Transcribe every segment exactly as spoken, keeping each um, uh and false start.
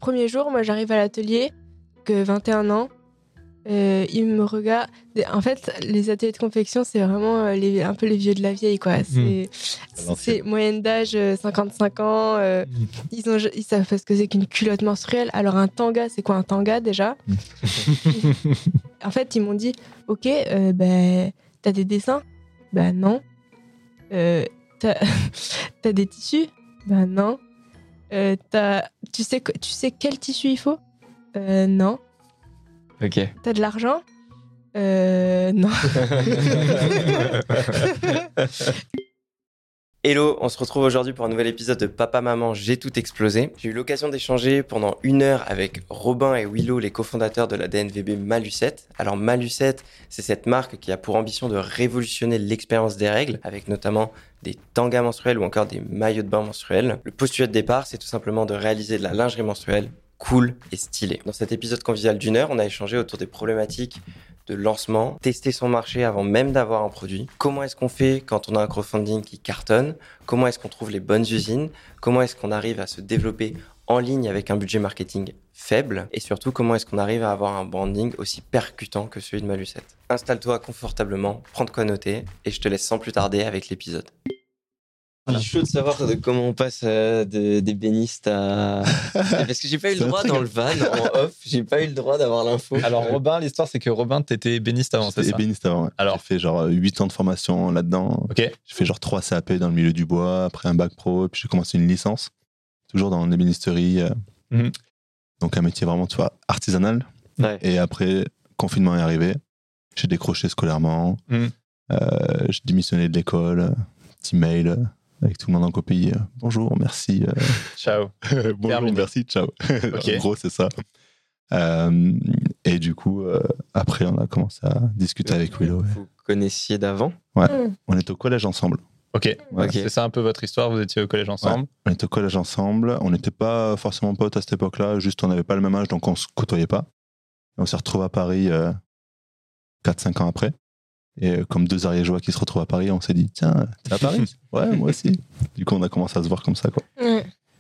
premier jour, moi j'arrive à l'atelier, que vingt et un ans, euh, il me regarde. En fait, les ateliers de confection, c'est vraiment euh, les, un peu les vieux de la vieille, quoi. C'est, Mmh. c'est moyenne d'âge euh, cinquante-cinq ans. Euh, mmh. ils, ont, ils savent pas ce que c'est qu'une culotte menstruelle. Alors un tanga, c'est quoi un tanga déjà? En fait, ils m'ont dit, ok, euh, ben, t'as des dessins? Ben non. Euh, t'as, t'as des tissus? Ben non. Euh, t'as, tu sais, tu sais quel tissu il faut? Euh, non. Ok. T'as de l'argent? Euh, non. Hello, on se retrouve aujourd'hui pour un nouvel épisode de Papa Maman, j'ai tout explosé. J'ai eu l'occasion d'échanger pendant une heure avec Robin et Willow, les cofondateurs de la D N V B Malucette. Alors Malucette, c'est cette marque qui a pour ambition de révolutionner l'expérience des règles, avec notamment des tangas menstruels ou encore des maillots de bain menstruels. Le postulat de départ, c'est tout simplement de réaliser de la lingerie menstruelle cool et stylée. Dans cet épisode convivial d'une heure, on a échangé autour des problématiques de lancement, tester son marché avant même d'avoir un produit. Comment est-ce qu'on fait quand on a un crowdfunding qui cartonne? Comment est-ce qu'on trouve les bonnes usines? Comment est-ce qu'on arrive à se développer en ligne avec un budget marketing faible? Et surtout, comment est-ce qu'on arrive à avoir un branding aussi percutant que celui de Malucette? Installe-toi confortablement, prends de quoi noter, et je te laisse sans plus tarder avec l'épisode. Je suis chaud de savoir de comment on passe euh, de, des bénistes à... Parce que j'ai pas eu le droit dans le van, en off, j'ai pas eu le droit d'avoir l'info. Alors Robin, l'histoire c'est que Robin, t'étais ébéniste avant, J'étais c'est ça? ébéniste avant, ouais. Alors, j'ai fait genre huit ans de formation là-dedans. Ok. J'ai fait genre trois C A P dans le milieu du bois, après un bac pro, et puis j'ai commencé une licence, toujours dans l'ébénisterie. Euh... Mm-hmm. Donc un métier vraiment, tu vois, artisanal. Ouais. Et après, confinement est arrivé, j'ai décroché scolairement, mm. euh, j'ai démissionné de l'école, petit mail... Euh... avec tout le monde en copie. Euh, bonjour, merci. Euh... Ciao. Bonjour, Terminé. merci, ciao. Okay. En gros, c'est ça. Euh, et du coup, euh, après, on a commencé à discuter Donc, avec Willow. Vous connaissiez d'avant? Ouais, Mmh. on est au collège ensemble. Ok, Ouais. okay. C'est ça un peu votre histoire, vous étiez au collège ensemble? Ouais. On était au collège ensemble, on n'était pas forcément potes à cette époque-là, juste on n'avait pas le même âge, donc on se côtoyait pas. Et on s'est retrouvés à Paris euh, quatre cinq ans après. Et comme deux ariégeois qui se retrouvent à Paris, on s'est dit, tiens, t'es à Paris? Ouais, moi aussi. Du coup, on a commencé à se voir comme ça, quoi. Mmh.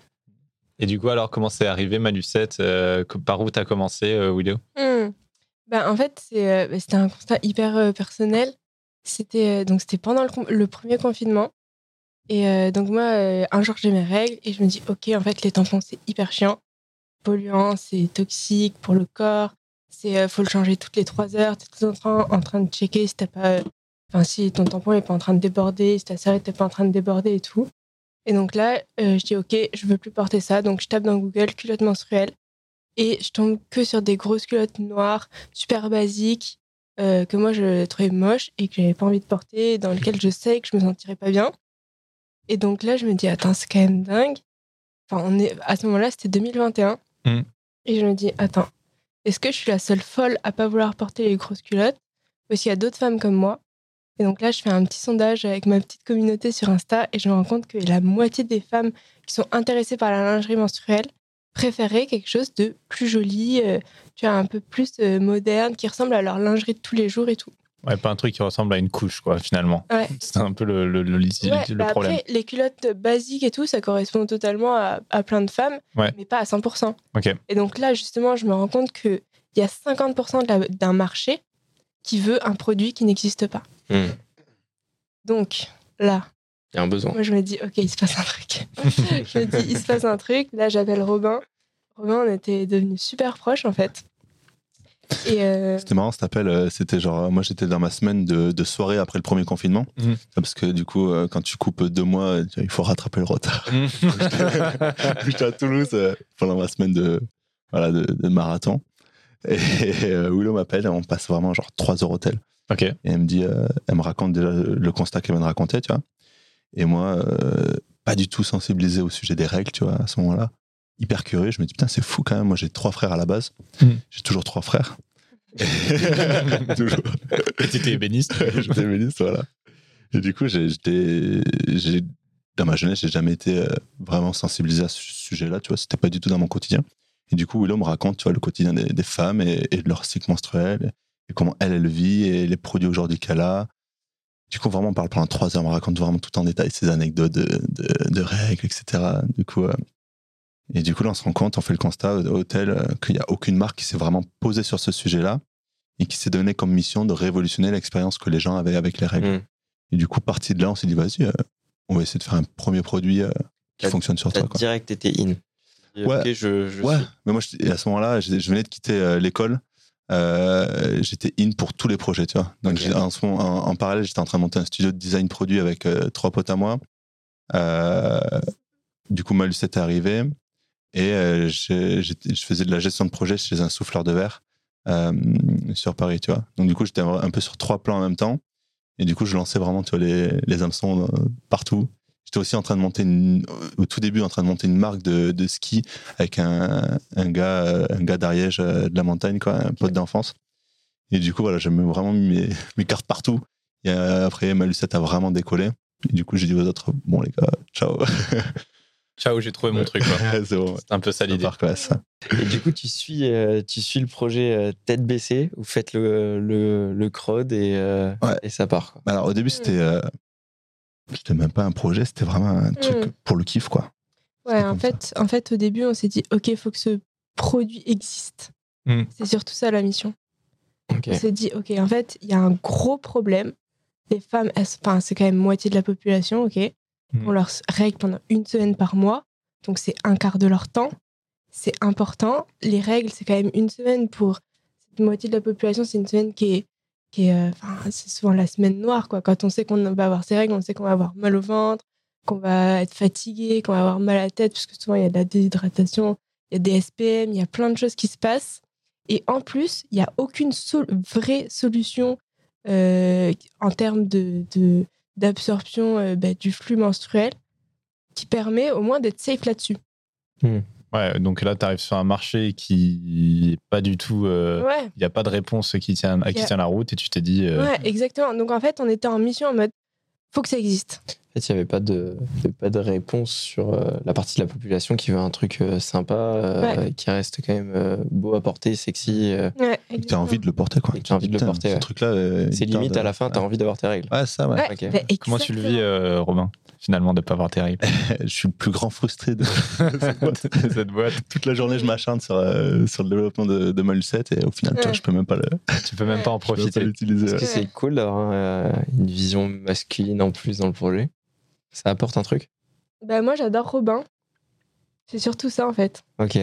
Et du coup, alors, comment c'est arrivé, Malucette? euh, Par où t'as commencé, euh, Willow? Mmh. Ben, en fait, c'est, euh, ben, c'était un constat hyper euh, personnel. C'était, euh, donc, c'était pendant le, le premier confinement. Et euh, donc, moi, euh, un jour, j'ai mes règles et je me dis, OK, en fait, les tampons, c'est hyper chiant. Polluant, c'est toxique pour le corps. C'est, euh, faut le changer toutes les trois heures. T'es tout en train, en train de checker si t'as pas, enfin, si ton tampon est pas en train de déborder, si ta serviette est pas en train de déborder et tout. Et donc là, euh, je dis ok, je veux plus porter ça. Donc je tape dans Google culotte menstruelle et je tombe que sur des grosses culottes noires, super basiques, euh, que moi je trouvais moches et que j'avais pas envie de porter, dans lesquelles je sais que je me sentirais pas bien. Et donc là, je me dis attends, c'est quand même dingue. Enfin, on est à ce moment-là, c'était deux mille vingt et un. Mm. Et je me dis attends. Est-ce que je suis la seule folle à pas vouloir porter les grosses culottes? Ou est-ce qu'il y a d'autres femmes comme moi? Et donc là, je fais un petit sondage avec ma petite communauté sur Insta et je me rends compte que la moitié des femmes qui sont intéressées par la lingerie menstruelle préféraient quelque chose de plus joli, euh, tu vois, un peu plus euh, moderne, qui ressemble à leur lingerie de tous les jours et tout. Ouais, pas un truc qui ressemble à une couche, quoi, finalement. Ouais. C'est un peu le, le, le, le, ouais, le bah problème. Après, les culottes basiques et tout, ça correspond totalement à, à plein de femmes, ouais. mais pas à cent pour cent. Okay. Et donc là, justement, je me rends compte qu'il y a cinquante pour cent de la, d'un marché qui veut un produit qui n'existe pas. Mmh. Donc là, il y a un besoin. Moi, je me dis, ok, il se passe un truc. je me dis, il se passe un truc. Là, j'appelle Robin. Robin, on était devenus super proches, en fait. Et euh... C'était marrant, cet appel. Euh, c'était genre, moi, j'étais dans ma semaine de, de soirée après le premier confinement. Mmh. Parce que du coup, euh, quand tu coupes deux mois, il faut rattraper le retard. Mmh. J'étais à Toulouse euh, pendant ma semaine de, voilà, de, de marathon. Et, et euh, Willow m'appelle et on passe vraiment genre trois heures au tel. Okay. Et elle me dit, euh, elle me raconte déjà le constat qu'elle vient de raconter, tu vois. Et moi, euh, pas du tout sensibilisé au sujet des règles, tu vois, à ce moment-là. Hyper curieux, je me dis, putain, c'est fou quand même. Moi, j'ai trois frères à la base. Mmh. J'ai toujours trois frères. toujours. Et t'étais ébéniste. J'étais ébéniste, voilà. Et du coup, j'ai, j'étais, j'ai, dans ma jeunesse, j'ai jamais été euh, vraiment sensibilisé à ce sujet-là, tu vois. C'était pas du tout dans mon quotidien. Et du coup, Willow me raconte, tu vois, le quotidien des, des femmes et, et de leur cycle menstruel. Et comment elle, elle vit et les produits aujourd'hui qu'elle a. Du coup, vraiment, on parle pendant trois heures, on me raconte vraiment tout en détail ces anecdotes de, de, de règles, et cetera. Du coup, euh, Et du coup, là, on se rend compte, on fait le constat au hôtel euh, qu'il n'y a aucune marque qui s'est vraiment posée sur ce sujet-là et qui s'est donné comme mission de révolutionner l'expérience que les gens avaient avec les règles. Mm. Et du coup, parti de là, on s'est dit, vas-y, euh, on va essayer de faire un premier produit euh, qui T'as- fonctionne sur T'as toi. Quoi. direct été in. Ouais. Ok, je, je Ouais, suis. mais moi, je- à ce moment-là, je, je venais de quitter euh, l'école. Euh, j'étais in pour tous les projets, tu vois. Donc, Ok. j'ai- en, ce moment- en, en parallèle, j'étais en train de monter un studio de design produit avec euh, trois potes à moi. Euh, du coup, Malucette est arrivé et euh, j'ai- j'étais- je faisais de la gestion de projet chez un souffleur de verre euh, sur Paris, tu vois. Donc, du coup, j'étais un peu sur trois plans en même temps. Et du coup, je lançais vraiment, tu vois, les, les hameçons euh, partout. J'étais aussi en train de monter, une, au tout début, en train de monter une marque de, de ski avec un, un gars, euh, un gars d'Ariège euh, de la montagne, quoi, un pote d'enfance. Et du coup, voilà, j'ai vraiment mis mes, mes cartes partout. Et euh, après, ma Lucette a vraiment décollé. Et du coup, j'ai dit aux autres, bon, les gars, ciao. Ciao, j'ai trouvé mon truc. Quoi. C'est bon. C'est un peu ça l'idée. Par classe. Et du coup, tu suis, euh, tu suis le projet euh, tête baissée, vous faites le, le, le crowd et, euh, Ouais. et ça part. Quoi. Alors, au début, c'était, euh, c'était même pas un projet, c'était vraiment un truc Mm. pour le kiff, quoi. Ouais, C'était en comme fait, en fait, au début, on s'est dit, OK, il faut que ce produit existe. Mm. C'est surtout ça la mission. Ok. On s'est dit, OK, en fait, il y a un gros problème. Les femmes, elles- enfin, c'est quand même moitié de la population, OK. Mm. On leur règle pendant une semaine par mois. Donc, c'est un quart de leur temps. C'est important. Les règles, c'est quand même une semaine pour cette moitié de la population. C'est une semaine qui est, qui est euh, enfin, c'est souvent la semaine noire, quoi. Quand on sait qu'on va avoir ces règles, on sait qu'on va avoir mal au ventre, qu'on va être fatigué, qu'on va avoir mal à la tête, parce que souvent, il y a de la déshydratation, il y a des S P M, il y a plein de choses qui se passent. Et en plus, il n'y a aucune sol- vraie solution euh, en termes de, de, d'absorption euh, bah, du flux menstruel qui permet au moins d'être safe là-dessus. Ouais, donc là, tu arrives sur un marché qui n'est pas du tout. Il euh, Ouais, n'y a pas de réponse qui tient, qui Yeah. tient la route et tu t'es dit. euh, ouais, exactement. Donc en fait, on était en mission en mode faut que ça existe. En fait, il n'y avait pas de, il y avait pas de réponse sur euh, la partie de la population qui veut un truc euh, sympa, euh, qui reste quand même euh, beau à porter, sexy. euh, Ouais, Et que t'as envie de le porter, quoi. Et que t'as envie de le Putain, porter, Ce ouais. truc-là. euh, C'est il limite tarde, à la fin, t'as ouais. envie d'avoir tes règles. Ouais, ça, ouais. Ouais, Ok. bah, Comment tu le exactement. vis, euh, Robin, finalement, de ne pas avoir tes règles Je suis le plus grand frustré de cette boîte. de cette boîte? Toute la journée, je m'acharne sur, euh, sur le développement de, de ma Lucette et au final, tu vois, Ouais. je peux même pas le, Tu peux même pas en je peux même pas profiter. l'utiliser. Est-ce que ouais. c'est cool d'avoir euh, une vision masculine en plus dans le projet? Ça apporte un truc? Bah, moi, j'adore Robin. C'est surtout ça, en fait. Ok.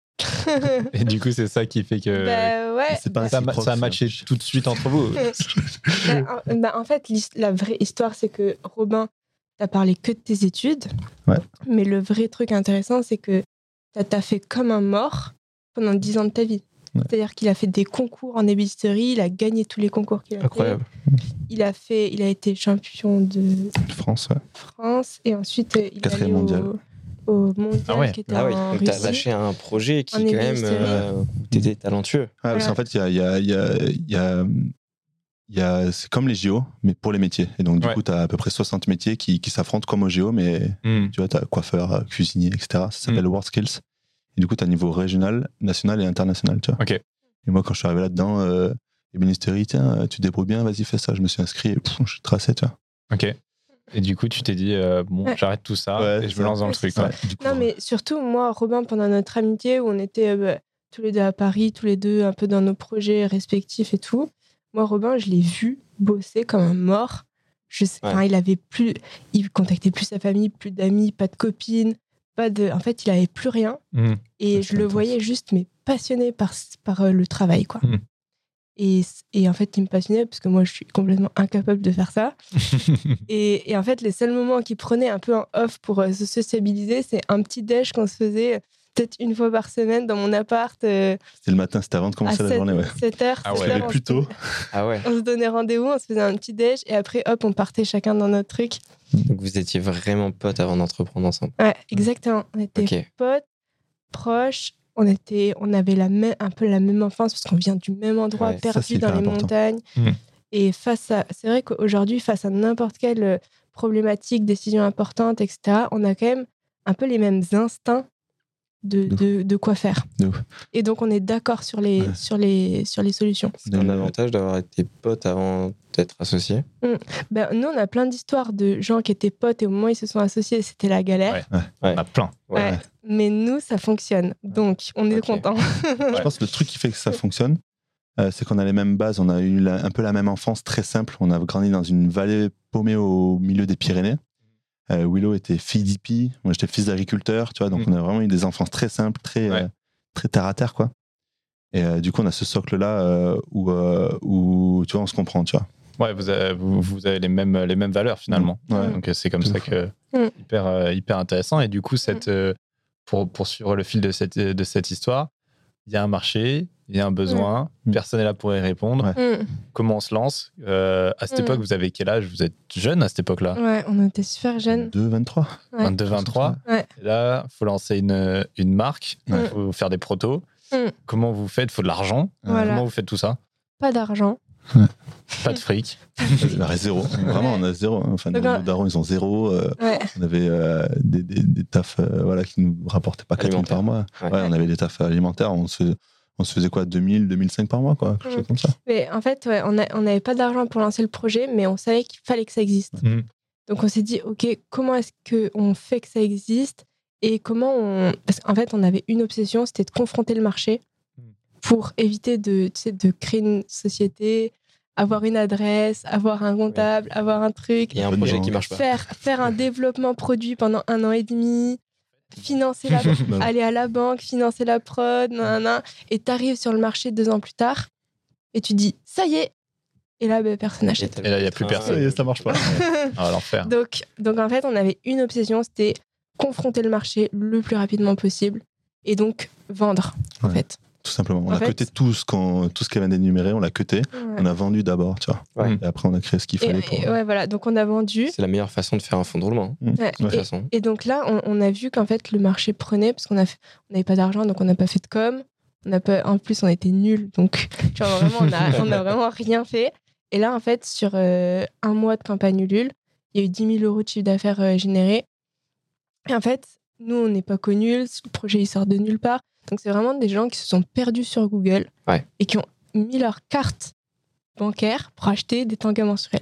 Et du coup, c'est ça qui fait que bah, ouais. C'est pas un ça, ma- réciproque, ça a c'est matché un- tout de suite entre vous. Bah, en, bah, en fait, l'his- la vraie histoire, c'est que Robin, t'as parlé que de tes études. Ouais. Mais le vrai truc intéressant, c'est que t'as taffé comme un mort pendant dix ans de ta vie. Ouais. C'est-à-dire qu'il a fait des concours en ébénisterie, il a gagné tous les concours qu'il a Incroyable. fait. Il a fait, il a été champion de France, ouais. France et ensuite euh, il est Quatrième allé mondial. au, au mondial Ah ouais. qui était Ah oui, en donc t'as Russie. lâché un projet qui, En quand même, ébénisterie. euh, où t'étais talentueux. Ouais, parce Voilà. qu'en fait, il y a, il y a, il y a, il y a, il y a- c'est comme les J O, mais pour les métiers. Et donc, du Ouais. coup, tu as à peu près soixante métiers qui, qui s'affrontent comme aux J O, mais Hmm. tu vois, tu as coiffeur, euh, cuisinier, et cetera. Ça s'appelle Mm. World Skills. Et du coup, tu as niveau régional, national et international, tu vois. Ok. Et moi, quand je suis arrivé là-dedans, euh, ébénisterie, tiens, euh, tu te débrouilles bien, vas-y, fais ça. Je me suis inscrit et pff, je suis tracé, tu vois. Ok. Et du coup, tu t'es dit, euh, bon, Ouais. j'arrête tout ça Ouais, et je c'est me ça. lance dans le Ouais, truc. c'est quoi. ça. Du coup, Non, mais surtout, moi, Robin, pendant notre amitié, où on était euh, bah, tous les deux à Paris, tous les deux un peu dans nos projets respectifs et tout, moi, Robin, je l'ai vu bosser comme un mort. Je sais, Ouais. enfin, il avait plus, il contactait plus sa famille, plus d'amis, pas de copines, pas de, en fait, il avait plus rien. Hmm. Et Ouais, je c'est le intense. voyais juste, mais passionné par, par euh, le travail, quoi. Mm. Et, et en fait, il me passionnait parce que moi, je suis complètement incapable de faire ça. Et, et en fait, les seuls moments qu'il prenait un peu en off pour euh, se sociabiliser, c'est un petit déj qu'on se faisait euh, peut-être une fois par semaine dans mon appart euh, C'était le matin, c'était avant de à commencer la sept journée, ouais. heures. Ah ouais. Je levais plus tôt. Ah ouais. On se donnait rendez-vous, on se faisait un petit déj et après, hop, on partait chacun dans notre truc. Donc vous étiez vraiment potes avant d'entreprendre ensemble. Ouais, exactement. On était Ok. potes, proches. On, était, on avait la même, un peu la même enfance parce qu'on vient du même endroit, Ouais, ça, c'est perdu dans hyper les important. montagnes. Mm. Et face à, c'est vrai qu'aujourd'hui, face à n'importe quelle euh, problématique, décision importante, et cetera, on a quand même un peu les mêmes instincts de, De ouf. de, de quoi faire. De ouf. Et donc, on est d'accord sur les, Ouais. sur les, sur les solutions. C'est un avantage d'avoir été pote avant d'être associé. Ben, nous, on a plein d'histoires de gens qui étaient potes et au moment où ils se sont associés, c'était la galère. Ouais. On a plein. Ouais. Mais nous, ça fonctionne. Donc, on est Ok. content. Je pense que le truc qui fait que ça fonctionne, euh, c'est qu'on a les mêmes bases. On a eu la- un peu la même enfance très simple. On a grandi dans une vallée paumée au milieu des Pyrénées. Euh, Willow était fille d'hippie. Moi, j'étais fils d'agriculteur. Tu vois, donc Mm. on a vraiment eu des enfances très simples, très, Ouais. euh, très terre à terre, quoi. Et euh, du coup, on a ce socle-là euh, où, euh, où, tu vois, on se comprend, tu vois. Ouais, vous avez, vous, vous avez les, mêmes, les mêmes valeurs finalement. Ouais. Donc euh, c'est comme De ça ouf. que Mm. hyper, euh, hyper intéressant. Et du coup, cette, euh, pour poursuivre le fil de cette, de cette histoire, il y a un marché, il y a un besoin, Mm. personne n'est là pour y répondre. Ouais. Mm. Comment on se lance Euh, À cette Mm. époque, vous avez quel âge? Vous êtes jeune à cette époque-là? Ouais, on était super jeunes. deux vingt-trois. Ouais. vingt-deux vingt-trois. Ouais. Et là, il faut lancer une, une marque, il Ouais. faut faire des protos. Mm. Comment vous faites? Il faut de l'argent. Voilà. Comment vous faites tout ça? Pas d'argent. Pas de fric. Il reste zéro. Vraiment, on a zéro. hein. Enfin, nos, D'accord. nos darons, ils ont zéro. euh, Ouais. On avait euh, des, des, des tafs euh, voilà, qui nous rapportaient pas quatre mille par mois. Ouais. Ouais, on avait des tafs alimentaires. On se, on se faisait quoi, deux mille, deux mille cinq par mois, quoi, quelque Mm. chose comme ça. Mais en fait, ouais, on a- on n'avait pas d'argent pour lancer le projet, mais on savait qu'il fallait que ça existe. Mhm. Donc on s'est dit, OK, comment est-ce qu'on fait que ça existe et comment on... Parce qu'en fait, on avait une obsession, c'était de confronter le marché pour éviter de, tu sais, de créer une société, avoir une adresse, avoir un comptable, avoir un truc, Il y a un Bonne projet banque. qui marche pas. faire, faire un développement produit pendant un an et demi, financer la aller à la banque, financer la prod, nanana, et t'arrives sur le marché deux ans plus tard et tu dis, ça y est. Et là, ben, personne n'achète. Et là, il y a plus personne. Ça y est, ça marche pas. Ah, l'enfer. Donc, donc en fait, on avait une obsession, c'était confronter le marché le plus rapidement possible et donc vendre, en Ouais. fait. Tout simplement. On En a fait- cuté tout ce qu'on, tout ce qu'il y avait d'énuméré, on l'a cuté. On a vendu d'abord, tu vois. Ouais. Et après, on a créé ce qu'il Et, fallait pour. et ouais, voilà, donc on a vendu. C'est la meilleure façon de faire un fonds de roulement. Mm. Ouais, De toute et, façon. et donc là, on, on a vu qu'en fait, le marché prenait parce qu'on a fait- on n'avait pas d'argent, donc on n'a pas fait de com. On a pas, en plus, on était nuls, donc tu vois, vraiment, on a, on a vraiment rien fait. Et là, en fait, sur euh, un mois de campagne Ulule, il y a eu dix mille euros de chiffre d'affaires euh, généré. Et en fait, nous, on n'est pas connus, le projet, il sort de nulle part. Donc, c'est vraiment des gens qui se sont perdus sur Google Ouais. et qui ont mis leur carte bancaire pour acheter des tangas mensuels.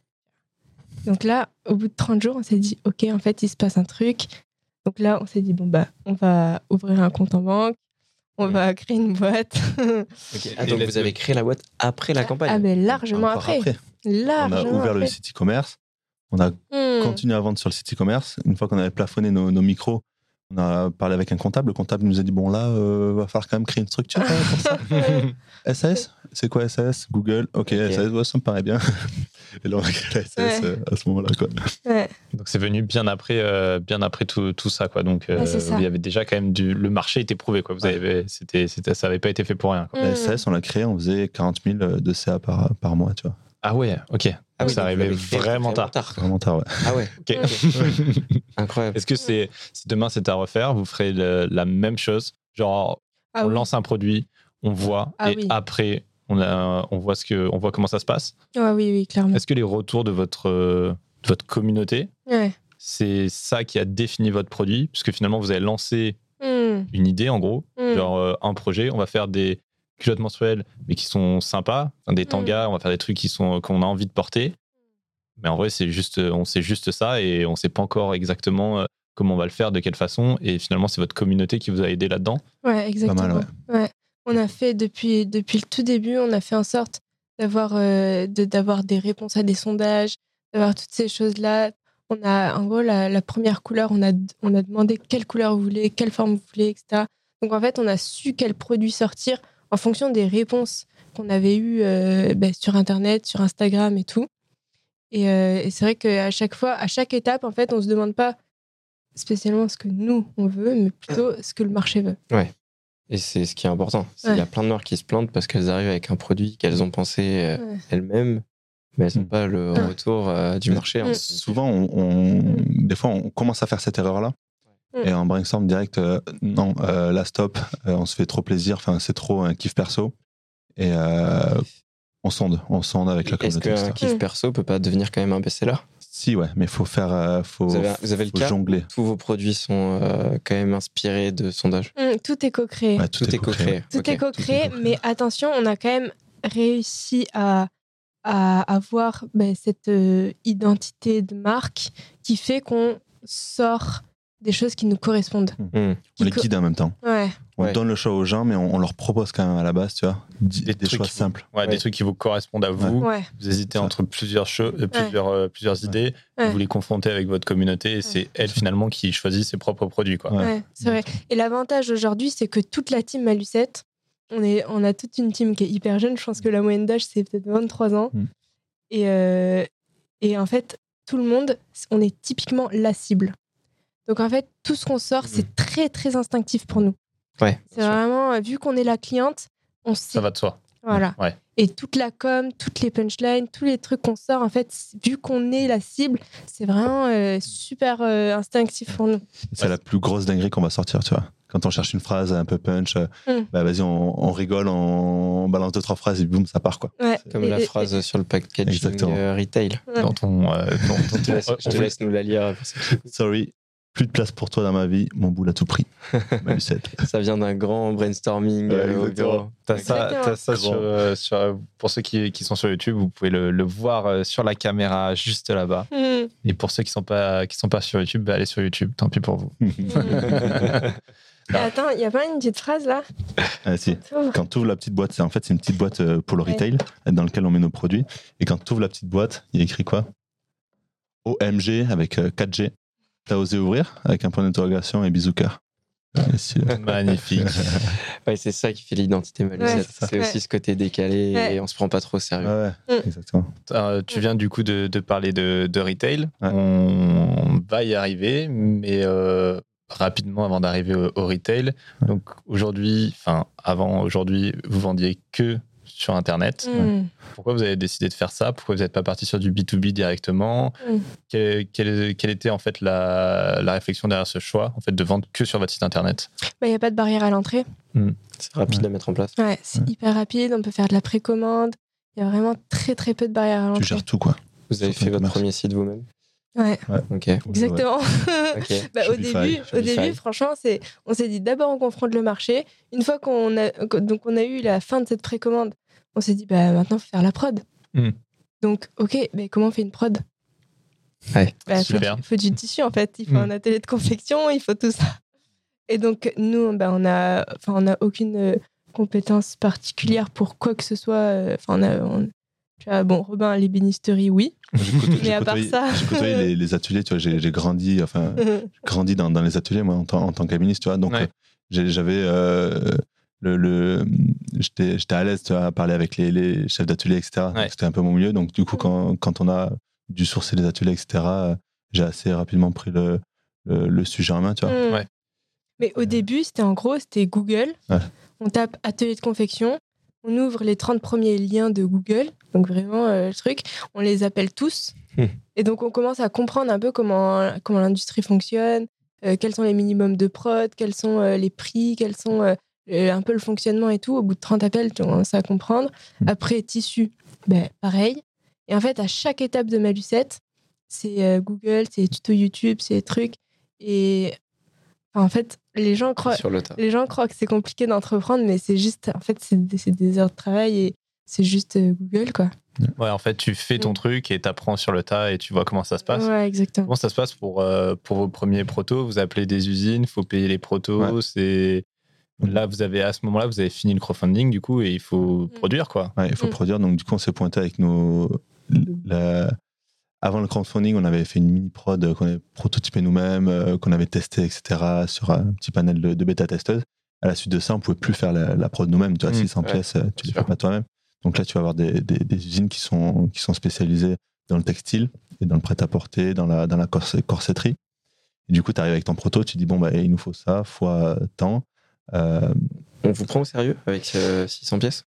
Donc là, au bout de trente jours, on s'est dit, OK, en fait, il se passe un truc. Donc là, on s'est dit, bon, bah, on va ouvrir un compte en banque, on Ouais. va créer une boîte. Ah, donc Et vous avez créé la boîte après la campagne. Ah, ben largement Encore après. après. On Largement a ouvert après. le site e-commerce. On a Hmm. continué à vendre sur le site e-commerce. Une fois qu'on avait plafonné nos, nos micros, on a parlé avec un comptable. Le comptable nous a dit, bon là, euh, va falloir quand même créer une structure quand même, pour ça. S A S? C'est quoi S A S? Google? Ok, Ok. S A S, ouais, ça me paraît bien. Et là, on a créé la S A S Ouais. euh, à ce moment-là, quoi. Ouais. Donc c'est venu bien après, euh, bien après tout, tout ça, quoi. Donc euh, Ouais, c'est ça. il y avait déjà quand même du, le marché était prouvé, quoi. Vous Ouais. avez, c'était, c'était, ça n'avait pas été fait pour rien, quoi. Hmm. La S A S, on l'a créé, on faisait quarante mille de C A par, par mois, tu vois. Ah ouais, ok. Ah oui, ça donc vous arrivait l'avez créé vraiment tard. quoi. Vraiment tard, ouais. Ah ouais, Ok. incroyable. Est-ce que c'est, si demain c'était à refaire, vous ferez le- la même chose? Genre, Ah on oui. lance un produit, on voit, Ah et oui. après, on, a, on, voit ce que, on voit comment ça se passe. Ah oui, oui, clairement. Est-ce que les retours de votre, euh, de votre communauté, Ouais. c'est ça qui a défini votre produit? Puisque finalement, vous avez lancé Hmm. une idée, en gros, Hmm. genre euh, un projet, on va faire des culottes mensuelles, mais qui sont sympas, enfin, des tangas, on va faire des trucs qui sont, qu'on a envie de porter. Mais en vrai, c'est juste, on sait juste ça et on sait pas encore exactement euh, comment on va le faire, de quelle façon. Et finalement, c'est votre communauté qui vous a aidé là-dedans. Ouais, exactement. mal, ouais. On a fait depuis, depuis le tout début, on a fait en sorte d'avoir euh, de- d'avoir des réponses à des sondages, d'avoir toutes ces choses-là. On a, en gros, la, la première couleur, on a, on a demandé quelle couleur vous voulez, quelle forme vous voulez, et cetera. Donc en fait, on a su quel produit sortir en fonction des réponses qu'on avait eues euh, bah, sur Internet, sur Instagram et tout. Et, euh, et c'est vrai qu'à chaque fois, à chaque étape, en fait, on se demande pas spécialement ce que nous, on veut, mais plutôt ce que le marché veut. Et c'est ce qui est important. C'est- Il Ouais. y a plein de marques qui se plantent parce qu'elles arrivent avec un produit qu'elles ont pensé euh, Ouais. elles-mêmes, mais elles n'ont Mm. pas le Ouais. retour euh, du Mais marché. Mm. hein. Souvent, on, on- des fois, on commence à faire cette erreur-là. Mm. Et en brainstorm direct, euh, non, euh, là, stop, euh, on se fait trop plaisir, enfin, c'est trop un kiff perso. Et euh, on sonde, on sonde avec la Est-ce communauté. qu'un et cetera. kiff Mm. perso peut pas devenir quand même un best-seller? Si, ouais, mais il faut faire. Euh, faut, Vous avez, vous avez le faut cas jongler. Tous vos produits sont euh, quand même inspirés de sondages. Mmh, tout est co-créé. Ouais, Tout, est co-créé. Tout Ok. est co-créé, co-créé. mais attention, on a quand même réussi à, à avoir ben, cette euh, identité de marque qui fait qu'on sort des choses qui nous correspondent. Hmm. On les co- guide en même temps. Ouais. On Ouais. donne le choix aux gens, mais on, on leur propose quand même à la base, tu vois, des, Des des trucs choix qui vous- simples. Ouais, Ouais. des trucs qui vous correspondent à vous. Ouais. Vous hésitez Ça. entre plusieurs, cho- euh, plusieurs, euh, plusieurs idées. Ouais. Vous les confrontez avec votre communauté et c'est elle finalement qui choisit ses propres produits. Quoi. Ouais. Ouais, c'est vrai. Et l'avantage aujourd'hui, c'est que toute la team Malucette, on, est, on a toute une team qui est hyper jeune. Je pense que la moyenne d'âge, c'est peut-être vingt-trois ans. Mm. Et, euh, et en fait, tout le monde, on est typiquement la cible. Donc en fait, tout ce qu'on sort, Mm. c'est très, très instinctif pour nous. Ouais, C'est bien sûr. vraiment, euh, vu qu'on est la cliente, on sait. Ça va de soi. Voilà. Ouais. Et toute la com, toutes les punchlines, tous les trucs qu'on sort, en fait, c- vu qu'on est la cible, c'est vraiment euh, super euh, instinctif pour nous. C'est Ouais. la plus grosse dinguerie qu'on va sortir, tu vois. Quand on cherche une phrase un peu punch, euh, Mm. bah vas-y, on, on rigole, on balance deux, trois phrases et boum, ça part, quoi. Ouais. Comme Et- la et- phrase sur le packaging Exactement. euh, retail. Ouais. Dont on, euh, dont- dont Je te on- laisse, je on te vous- laisse nous la lire. Pour ceux qui écoutent. Sorry, plus de place pour toi dans ma vie, mon boule à tout prix. Malucette. Ça vient d'un grand brainstorming Ouais, euh, au exactement. bureau. T'as ça, Exactement. t'as ça Grand. sur, euh, sur- pour ceux qui, qui sont sur YouTube, vous pouvez le, le voir euh, sur la caméra juste là-bas. Mm. Et pour ceux qui sont pas qui sont pas sur YouTube, bah, allez sur YouTube. Tant pis pour vous. Et attends, il n'y a pas une petite phrase là Ah, si. Oh. Quand tu ouvres la petite boîte, c'est en fait c'est une petite boîte euh, pour le Ouais. retail dans laquelle on met nos produits. Et quand tu ouvres la petite boîte, il y a écrit quoi? O M G avec euh, quatre G. T'as osé ouvrir avec un point d'interrogation et bisous cœur. Et si, euh, Magnifique. Ouais, c'est ça qui fait l'identité Malucette. Ouais, c'est ouais. aussi ce côté décalé Ouais. et on se prend pas trop au sérieux. ouais, ouais, Mm. exactement. Euh, tu viens du coup de, de parler de, de retail. Ouais. On va y arriver, mais euh, rapidement avant d'arriver au, au retail. Donc aujourd'hui, enfin avant aujourd'hui, vous vendiez que sur Internet. Mm. Pourquoi vous avez décidé de faire ça? Pourquoi vous n'êtes pas parti sur du B deux B directement? Mm. quelle, quelle- quelle était en fait la, la réflexion derrière ce choix, en fait, de vendre que sur votre site Internet? Bah, il n'y a pas de barrière à l'entrée. C'est rapide Ouais. à mettre en place. Ouais, c'est Ouais. hyper rapide. On peut faire de la précommande. Il y a vraiment très très peu de barrières à Tu l'entrée. gères tout, quoi. Vous avez Sur ton fait votre commerce. premier site vous-même? Ouais, Ok. exactement. Ok. Bah, au Shopify, début, au Shopify. début, franchement, c'est, on s'est dit d'abord on confronte le marché. Une fois qu'on a, donc on a eu la fin de cette précommande, on s'est dit bah maintenant faut faire la prod. Mm. Donc ok, mais comment on fait une prod? Ouais. Bah, faut, Super. du, faut du tissu en fait. Il faut Mm. un atelier de confection, il faut tout ça. Et donc nous, bah, on a, enfin on a aucune euh, compétence particulière pour quoi que ce soit. euh, Enfin on a, on- tu vois, bon Robin l'ébénisterie oui. J'ai côtoyé- Mais j'ai à part côtoyé- ça- j'ai côtoyé les, les ateliers, tu vois, j'ai j'ai grandi, enfin, grandi dans, dans les ateliers, moi, en, tant- en tant qu'ébéniste, tu vois. Donc, Ouais. euh, j'ai- j'avais. euh, le, le, j'étais, j'étais à l'aise, tu vois, à parler avec les, les chefs d'atelier, et cetera. Donc, Ouais. c'était un peu mon milieu. Donc, du coup, quand, quand on a dû sourcer les ateliers, et cetera, euh, j'ai assez rapidement pris le, le, le sujet en main, tu vois. Mm. Ouais. Mais au début, c'était en gros, c'était Google. Ouais. On tape atelier de confection, on ouvre les trente premiers liens de Google, donc vraiment euh, le truc, on les appelle tous. Hmm. Et donc on commence à comprendre un peu comment, comment l'industrie fonctionne, euh, quels sont les minimums de prod, quels sont euh, les prix, quels sont euh, euh, un peu le fonctionnement et tout. Au bout de trente appels, tu commences à comprendre. Hmm. Après, tissu, ben, pareil. Et en fait, à chaque étape de Malucette, c'est euh, Google, c'est les tutos YouTube, c'est les trucs. Et enfin, en fait, les gens croient, Sur le tas. les gens croient que c'est compliqué d'entreprendre, mais c'est juste, en fait, c'est des, c'est des heures de travail et c'est juste euh, Google, quoi. Ouais, en fait, tu fais ton Mm. truc et t'apprends sur le tas et tu vois comment ça se passe. Ouais, exactement. Comment ça se passe pour, euh, pour vos premiers protos? Vous appelez des usines, il faut payer les protos. Ouais. C'est... Là, vous avez, à ce moment-là, vous avez fini le crowdfunding, du coup, et il faut Mm. produire, quoi. Ouais, il faut Mm. produire. Donc, du coup, on s'est pointé avec nos. la- Avant le crowdfunding, on avait fait une mini prod qu'on avait prototypé nous-mêmes, euh, qu'on avait testé, et cetera, sur un petit panel de, de bêta-testeuses. À la suite de ça, on pouvait plus faire la, la prod nous-mêmes. Tu vois, Mm. six cents Ouais, pièces, euh, tu les sûr. fais pas toi-même. Donc là, tu vas avoir des, des- des usines qui sont, qui sont spécialisées dans le textile et dans le prêt-à-porter, dans la, dans la corset- corsetterie. Et du coup, tu arrives avec ton proto, tu dis, bon, bah, il nous faut ça, fois tant. Euh, On vous prend au sérieux avec euh, six cents pièces?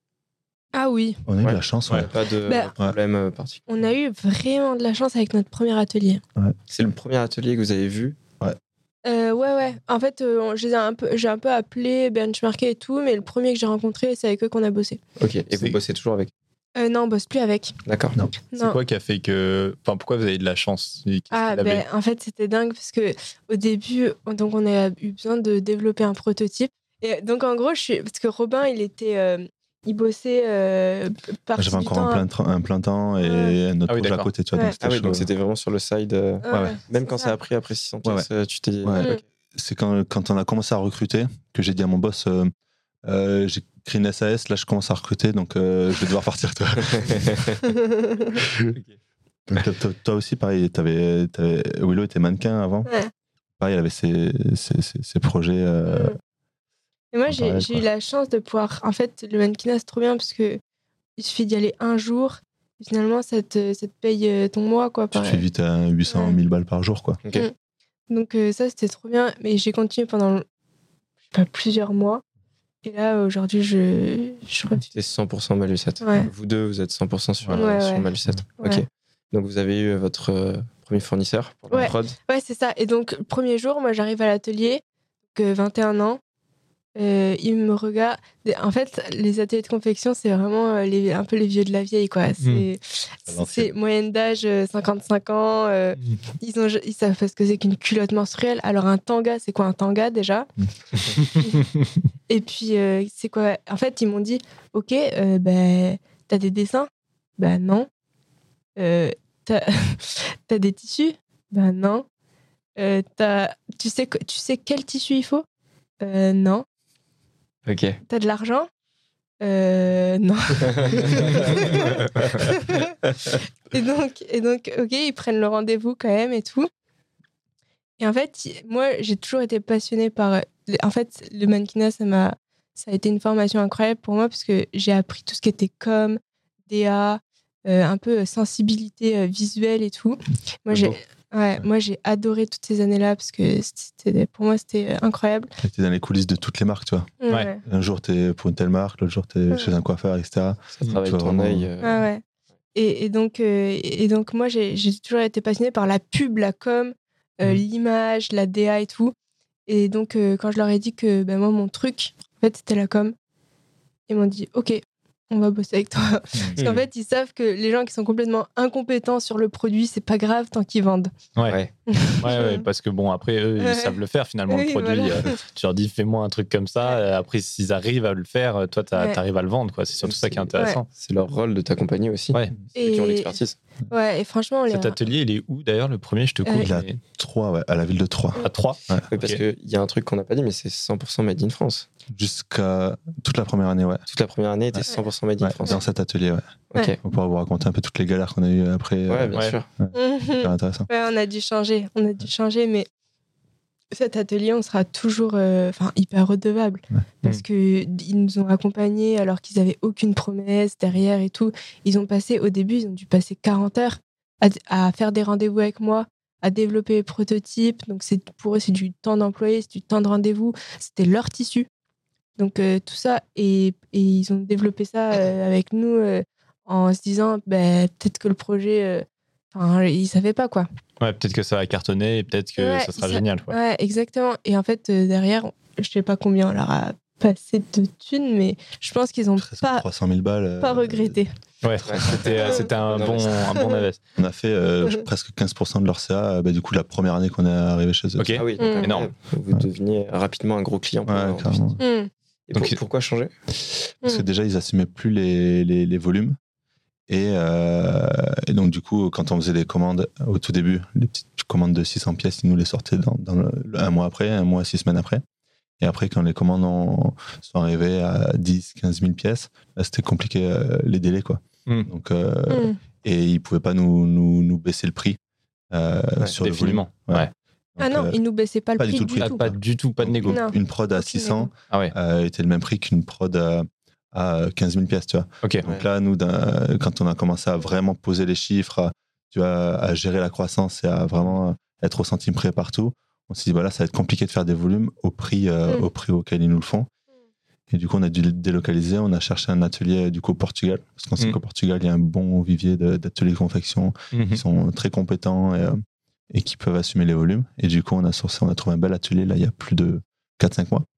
Ah oui, on a eu Ouais. de la chance. Ouais. Ouais. Pas de Bah, problème euh, particulier. on a eu vraiment de la chance avec notre premier atelier. C'est le premier atelier que vous avez vu. Euh, ouais, ouais. En fait, euh, on- je les ai un peu, j'ai un peu appelé, benchmarké et tout, mais le premier que j'ai rencontré, c'est avec eux qu'on a bossé. Ok. Et C'est- vous bossez toujours avec? Euh, non, on bosse plus avec. D'accord. Non. C'est Non. quoi qui a fait que. Enfin, pourquoi vous avez de la chance? Qu'est-ce Ah, qu'il avait ben, en fait, c'était dingue parce que au début, donc on a eu besoin de développer un prototype. Et donc, en gros, je suis... parce que Robin, il était. euh, Il bossait euh, partie J'avais du encore temps. un plein, tra- un plein temps et Ouais. un autre Ah oui, projet à d'accord. côté, tu vois. Ouais. Donc c'était Ah oui, chaud. donc c'était vraiment sur le side. euh, Ouais, ouais. ouais, Même c'est quand ça a pris après six cents Ouais, pièces, euh, tu t'es dit. Ouais. ok. C'est quand, quand on a commencé à recruter que j'ai dit à mon boss euh, euh, j'ai créé une S A S, là je commence à recruter, donc euh, je vais devoir partir, toi. Donc, toi, toi- toi aussi, pareil, t'avais, t'avais- Willow était mannequin avant. Ouais. Pareil, elle avait ses, ses, ses- ses projets. euh, Mm. Et moi, j'ai pareil, j'ai quoi. eu la chance de pouvoir. En fait, le mannequinat, c'est trop bien parce que il suffit d'y aller un jour. Et finalement, ça te, ça te paye euh, ton mois, quoi. Tu te pareil. fais vite à huit cents Ouais. mille balles par jour, quoi. Ok. Mm. Donc, euh, ça, c'était trop bien. Mais j'ai continué pendant je sais pas, plusieurs mois. Et là, aujourd'hui, je, je refuse. C'était cent pour cent Malucette. Ouais. Vous deux, vous êtes cent pour cent sur, Ouais, euh, sur ouais. Malucette. Ouais. Ok. Donc vous avez eu votre euh, premier fournisseur pour la Ouais. prod. Ouais, c'est ça. Et donc, le premier jour, moi, j'arrive à l'atelier, donc, euh, vingt et un ans. Euh, il me regarde. En fait, les ateliers de confection, c'est vraiment euh, les, un peu les vieux de la vieille, quoi. C'est, À l'ancienne. c'est moyenne d'âge euh, cinquante-cinq ans. euh, ils, ont, ils savent pas ce que c'est qu'une culotte menstruelle. Alors, un tanga, c'est quoi un tanga déjà? Et puis, euh, c'est quoi? En fait, ils m'ont dit, ok, euh, ben, t'as des dessins? Ben non. Euh, t'as... t'as des tissus? Ben non. Euh, t'as... Tu sais, que- tu sais quel tissu il faut? Euh, non. Ok. T'as de l'argent? Euh, non. et donc, et donc, ok, ils prennent le rendez-vous quand même et tout. Et en fait, il- moi, j'ai toujours été passionnée par. En fait, le mannequinat, ça m'a, ça a été une formation incroyable pour moi parce que j'ai appris tout ce qui était com, D A, euh, un peu euh, sensibilité euh, visuelle et tout. Moi, C'est j'ai, beau. ouais, moi, j'ai adoré toutes ces années-là parce que c'était, pour moi, c'était euh, incroyable. T'es dans les coulisses de toutes les marques, tu vois. Ouais. Un jour, t'es pour une telle marque, l'autre jour, t'es Ouais. chez un coiffeur, et cetera. Ça travaille Tu vois, ton vraiment- œil. euh, Ouais, ouais. Et, et donc, euh, et donc, moi, j'ai, j'ai toujours été passionnée par la pub, la com, euh, Mhm. l'image, la D A et tout. Et donc, euh, quand je leur ai dit que ben, moi, mon truc, en fait, c'était la com, ils m'ont dit, OK, on va bosser avec toi. Parce qu'en fait, ils savent que les gens qui sont complètement incompétents sur le produit, c'est pas grave tant qu'ils vendent. Ouais. Ouais. Ouais, ouais, parce que bon, après, eux, ils Ouais. savent le faire finalement, Oui, le produit. voilà. Euh, Tu leur dis, fais-moi un truc comme ça. euh, Après, s'ils arrivent à le faire, euh, toi, Ouais. tu arrives à le vendre. Quoi. C'est surtout ça qui est intéressant. C'est leur rôle de t'accompagner aussi. Ouais. C'est eux qui ont Et- l'expertise. Ouais, et franchement, on les... Cet atelier, il est où d'ailleurs, le premier? Je te coupe. Euh, Il a mais- Troyes, ouais, à la ville de Troyes. À trois. Oui, parce Ok. qu'il y a un truc qu'on n'a pas dit, mais c'est cent pour cent made in France. Jusqu'à toute la première année, ouais. Toute la première année était Ouais. cent pour cent made in Ouais, France. dans cet atelier, ouais. Ok. Ouais. On pourra vous raconter un peu toutes les galères qu'on a eues après. Ouais, euh, bien Ouais. sûr. Super intéressant. Ouais, on a dû changer, on a dû changer, mais cet atelier, on sera toujours euh, enfin, hyper redevable. Ouais. Parce Mm. qu'ils nous ont accompagnés alors qu'ils n'avaient aucune promesse derrière et tout. Ils ont passé, au début, ils ont dû passer quarante heures à, à faire des rendez-vous avec moi, à développer les prototypes. Donc, c'est, pour eux, c'est du temps d'employé, c'est du temps de rendez-vous. C'était leur tissu. Donc, euh, tout ça. Et, et ils ont développé ça euh, avec nous euh, en se disant, bah, peut-être que le projet. euh, Enfin, ils ne savaient pas, quoi. Ouais, peut-être que ça va cartonner et peut-être que Ouais, ça sera ça- génial. Quoi. Ouais, exactement. Et en fait, euh, derrière, je sais pas combien on leur a passé de thunes, mais je pense qu'ils ont Presque pas, trois cent mille balles. euh, pas regretté. Ouais, c'était euh, c'était un, bon, un bon invest. On a fait euh, presque quinze pour cent de leur C A, euh, bah, du coup, la première année qu'on est arrivé chez eux. Ok. Ah oui, Mm. donc, Énorme. Vous Ouais. deveniez rapidement un gros client. pour Ouais, eux, en carrément. plus. Mm. Et pour- Donc, pourquoi changer Parce que Mm. déjà, ils assumaient plus les, les, les volumes. Et, euh, et donc, du coup, quand on faisait des commandes au tout début, les petites commandes de six cents pièces, ils nous les sortaient dans, dans le, le- un mois après, un mois, six semaines après. Et après, quand les commandes ont- sont arrivées à dix, quinze mille pièces, là, c'était compliqué, euh, les délais, quoi. Mm. Donc, euh, Mm. et ils pouvaient pas nous, nous, nous baisser le prix euh, Ouais, sur le volume. Définitivement. Ouais. Ah Donc, non, euh, ils nous baissaient pas le pas du prix tout du le Pas, tout. pas du tout, pas de négo. Non. une prod à Aucune six cents négo. Ah ouais, euh, était le même prix qu'une prod à, à quinze mille pièces, tu vois. ok. Ouais. Donc là, nous, d'un- quand on a commencé à vraiment poser les chiffres, à, tu vois, à gérer la croissance et à vraiment être au centime près partout, on s'est dit, bah là, ça va être compliqué de faire des volumes au prix, euh, Mm. au prix auquel ils nous le font. Et du coup, on a dû le délocaliser. On a cherché un atelier du coup au Portugal, parce qu'on sait Mm. qu'au Portugal, il y a un bon vivier de- d'ateliers de confection Mhm. qui sont très compétents et, euh, et qui peuvent assumer les volumes. Et du coup, on a sourcé, on a trouvé un bel atelier là, il y a plus de quatre cinq mois.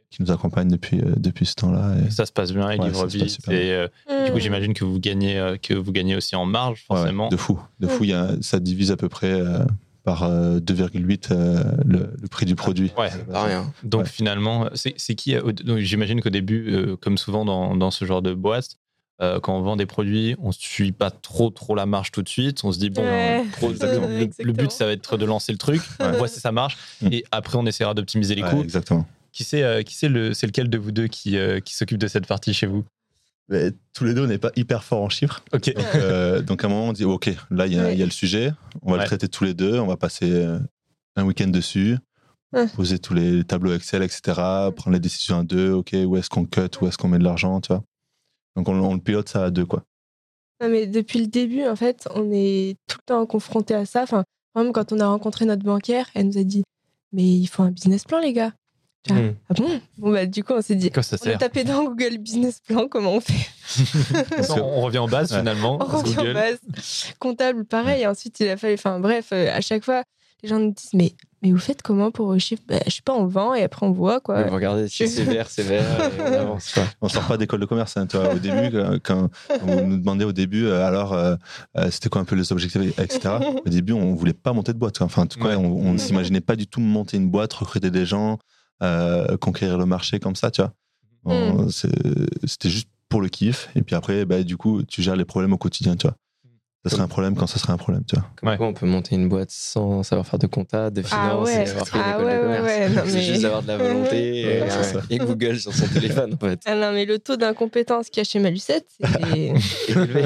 qui nous accompagne depuis, euh, depuis ce temps-là. Et... Ça se passe bien, il Ouais, livre ça se passe vite. super Et euh, Mm. du coup, j'imagine que vous gagnez, euh, que vous gagnez aussi en marge, forcément. Ouais, de fou. De fou. Il y a, ça divise à peu près euh, par euh, deux virgule huit euh, le, le prix du produit. Ouais. C'est pas rien. Donc Ouais. finalement, c'est, c'est qui euh, donc, j'imagine qu'au début, euh, comme souvent dans, dans ce genre de boîte, euh, quand on vend des produits, on ne suit pas trop trop la marge tout de suite. On se dit bon, Ouais. pro- Exactement. le, le- le but ça va être de lancer le truc, Ouais. on voit si ça marche, Mm. et après on essaiera d'optimiser les Ouais, coûts. exactement. Qui c'est, euh, qui c'est le, c'est lequel de vous deux qui, euh, qui s'occupe de cette partie chez vous? Mais tous les deux, on n'est pas hyper forts en chiffres. Ok. Donc, euh, donc à un moment, on dit ok, là, il y, a- Ouais. il y a le sujet. On va Ouais. le traiter tous les deux. On va passer euh, un week-end dessus. Ouais. Poser tous les tableaux Excel, et cetera. Prendre les décisions à deux. Ok, où est-ce qu'on cut, où est-ce qu'on met de l'argent, tu vois. Donc on, on le pilote ça à deux, quoi. Non, mais depuis le début, en fait, on est tout le temps confronté à ça. Enfin, par exemple, quand on a rencontré notre banquière, elle nous a dit mais il faut un business plan, les gars. Ah, Mm. ah bon Bon, bah, du coup, on s'est dit Quoi ça on a sert? tapé dans Google Business Plan, comment on fait? on, on revient en base Ouais. finalement. On revient en Google. base. Comptable, pareil. Et ensuite, il a fallu. Enfin, bref, euh, à chaque fois, les gens nous disent mais, mais vous faites comment pour vos chiffres? Bah, je sais pas, on vend et après on voit, quoi. Vous regardez si c'est vert, c'est vert, et on avance. Quoi. On sort pas d'école de commerce, hein, tu vois. Au début, quand, quand vous nous demandez au début, euh, alors, euh, euh, c'était quoi un peu les objectifs, et cetera. Au début, on voulait pas monter de boîte. Enfin, en tout cas, Ouais. on, on ne s'imaginait pas du tout monter une boîte, recruter des gens, euh, conquérir le marché comme ça, tu vois. On- c'est- C'était juste pour le kiff. Et puis après, bah, du coup, tu gères les problèmes au quotidien, tu vois. Ça serait un problème quand ça serait un problème, tu vois. Comme Ouais. quoi, on peut monter une boîte sans savoir faire de compta, de Ah finance, ouais. et avoir fait une Ah école ouais, de ouais, commerce. ouais, non, C'est mais- juste d'avoir de la volonté et, Ouais, c'est euh, ça. et Google sur son téléphone, en fait. Ah non, mais le taux d'incompétence qu'il y a chez Malucette, c'est. C'est élevé.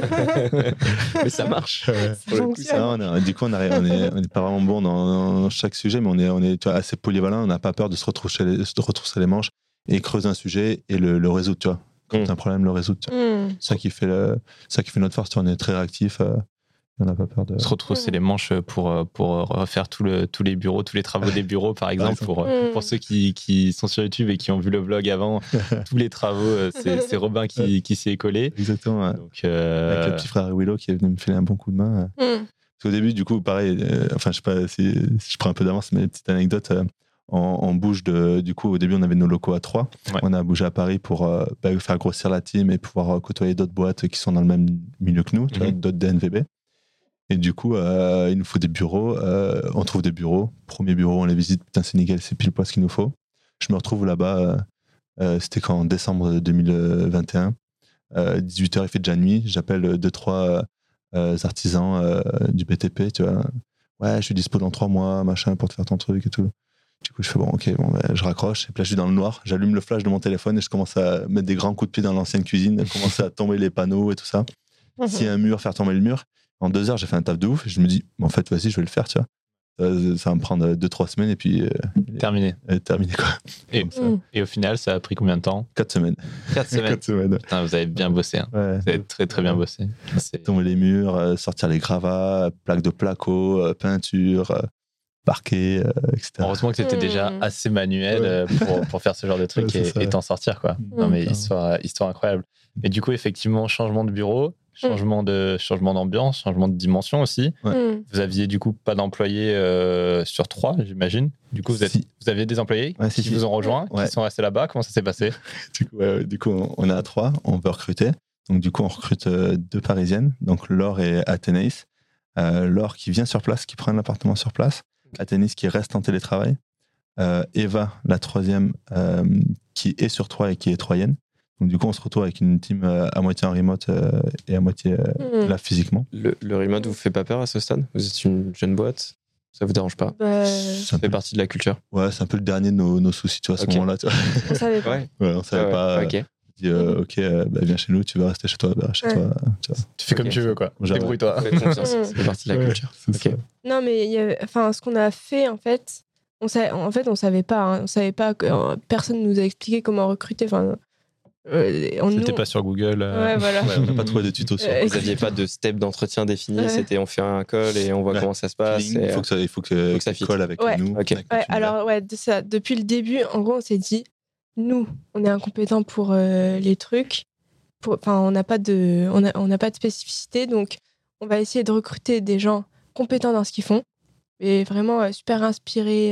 Mais ça marche. ça Pour le coup, fonctionne. Ça, on est- du coup, on n'est on est, on est pas vraiment bon dans, dans chaque sujet, mais on est, on est tu vois, assez polyvalent. On n'a pas peur de se retrousser les, de retrousser les manches et creuser un sujet et le, le résoudre, tu vois. Quand Mm. t'as un problème, le résoudre. Tu vois. Hmm. C'est ça qui fait, le, ça qui fait notre force. Tu vois, on est très réactif. Euh, on n'a pas peur de. Se retrousser les manches pour, pour refaire tout le, tous les bureaux, tous les travaux des bureaux, par exemple. exemple. Pour, Mm. pour ceux qui, qui sont sur YouTube et qui ont vu le vlog avant, tous les travaux, euh, c'est, c'est Robin qui, qui s'y est collé. Exactement. Ouais. Donc, euh, Avec le petit frère Willow qui est venu me filer un bon coup de main. euh. Hmm. Parce qu'au début, du coup, pareil, euh, enfin, je sais pas si, si je prends un peu d'avance, mais petite anecdote, euh, on, on bouge de, du coup, au début, on avait nos locaux à Troyes. Ouais. On a bougé à Paris pour euh, bah, faire grossir la team et pouvoir euh, côtoyer d'autres boîtes qui sont dans le même milieu que nous, tu Mhm. vois, d'autres D N V B. Et du coup, euh, il nous faut des bureaux. Euh, on trouve des bureaux. Premier bureau, on les visite. Putain, c'est nickel, c'est pile poil ce qu'il nous faut. Je me retrouve là-bas. Euh, euh, c'était quand en décembre deux mille vingt et un. Euh, dix-huit heures, il fait déjà nuit. J'appelle deux, trois euh, artisans euh, du B T P, tu vois. Ouais, je suis dispo dans trois mois, machin, pour te faire ton truc et tout. Du coup, je fais bon, ok, bon, ben, je raccroche. Et puis là, je suis dans le noir. J'allume le flash de mon téléphone et je commence à mettre des grands coups de pied dans l'ancienne cuisine, commencer à tomber les panneaux et tout ça. S'il y a un mur, faire tomber le mur. En deux heures, j'ai fait un taf de ouf. Et je me dis, en fait, vas-y, je vais le faire, tu vois. Euh, ça va me prendre deux, trois semaines et puis euh, terminé. euh, terminé, quoi. Et, Comme ça. Mm. et au final, ça a pris combien de temps? Quatre semaines. Quatre semaines. Quatre semaines. Putain, vous avez bien bossé. Hein. Ouais. Vous avez très très bien bossé. C'est... Tomber les murs, euh, sortir les gravats, plaques de placo, euh, peinture, euh, parquet, euh, et cetera. Heureusement que c'était Mm. déjà assez manuel Ouais. euh, pour, pour faire ce genre de truc Ouais, c'est et, ça. et t'en sortir, quoi. Mm. Non, mais Mm. histoire, histoire incroyable. Et du coup, effectivement, changement de bureau, changement, de, changement d'ambiance, changement de dimension aussi. Ouais. Hmm. Vous aviez du coup pas d'employés euh, sur trois, j'imagine. Du coup, vous, êtes, Si. vous aviez des employés Ouais, si, qui si. vous ont rejoint, Ouais. qui sont restés là-bas. Comment ça s'est passé? Du coup, ouais, du coup, on- on est à trois, on veut recruter. Donc, du coup, on recrute euh, deux Parisiennes, donc Laure et Athénaïs. Euh, Laure qui vient sur place, qui prend un appartement sur place. Athénaïs qui reste en télétravail. Euh, Eva, la troisième, euh, qui est sur Troyes et qui est troyenne. Donc, du coup, on se retrouve avec une team euh, à moitié en remote euh, et à moitié euh, Hmm. là physiquement. Le, le remote vous fait pas peur à ce stade? Vous êtes une jeune boîte, ça vous dérange pas? Bah, C'est un Ça fait peu, partie de la culture. ouais, c'est un peu le dernier de nos, nos soucis, tu vois, à ce Ok. moment-là. Tu vois. on savait pas. Ouais. Ouais, on savait Ouais, pas. ouais, euh, ok. dit, euh, ok, euh, bah, viens chez nous, tu veux rester chez toi, bah, chez Ouais. toi. Tu vois. Tu fais comme Ok. tu veux, quoi. Genre, Débrouille-toi. Faites confiance, Mm. ça fait partie de la Ouais, culture. c'est Ok. ça. Non, mais il y avait- enfin, ce qu'on a fait, en fait, on sa- en fait, on savait pas. hein. On savait pas. Que, euh, personne nous a expliqué comment recruter. Enfin, euh, on C'était nous- pas sur Google. euh, Ouais, voilà. Ouais, on n'a pas trouvé de tuto sur Euh, Vous n'aviez pas de step d'entretien défini, Ouais. c'était on fait un call et on voit Ouais. comment ça se passe. feeling. et, Il faut que ça, il faut que, faut que ça ça fit. colle avec Ouais. nous. Ok. avec notre Ouais, univers. alors, ouais, de ça, depuis le début, en gros, on s'est dit, nous, on est incompétents pour euh, les trucs. Pour- Enfin, on n'a pas de, on a, on n'a pas de spécificité, donc on va essayer de recruter des gens compétents dans ce qu'ils font, et vraiment euh, super inspirés, euh,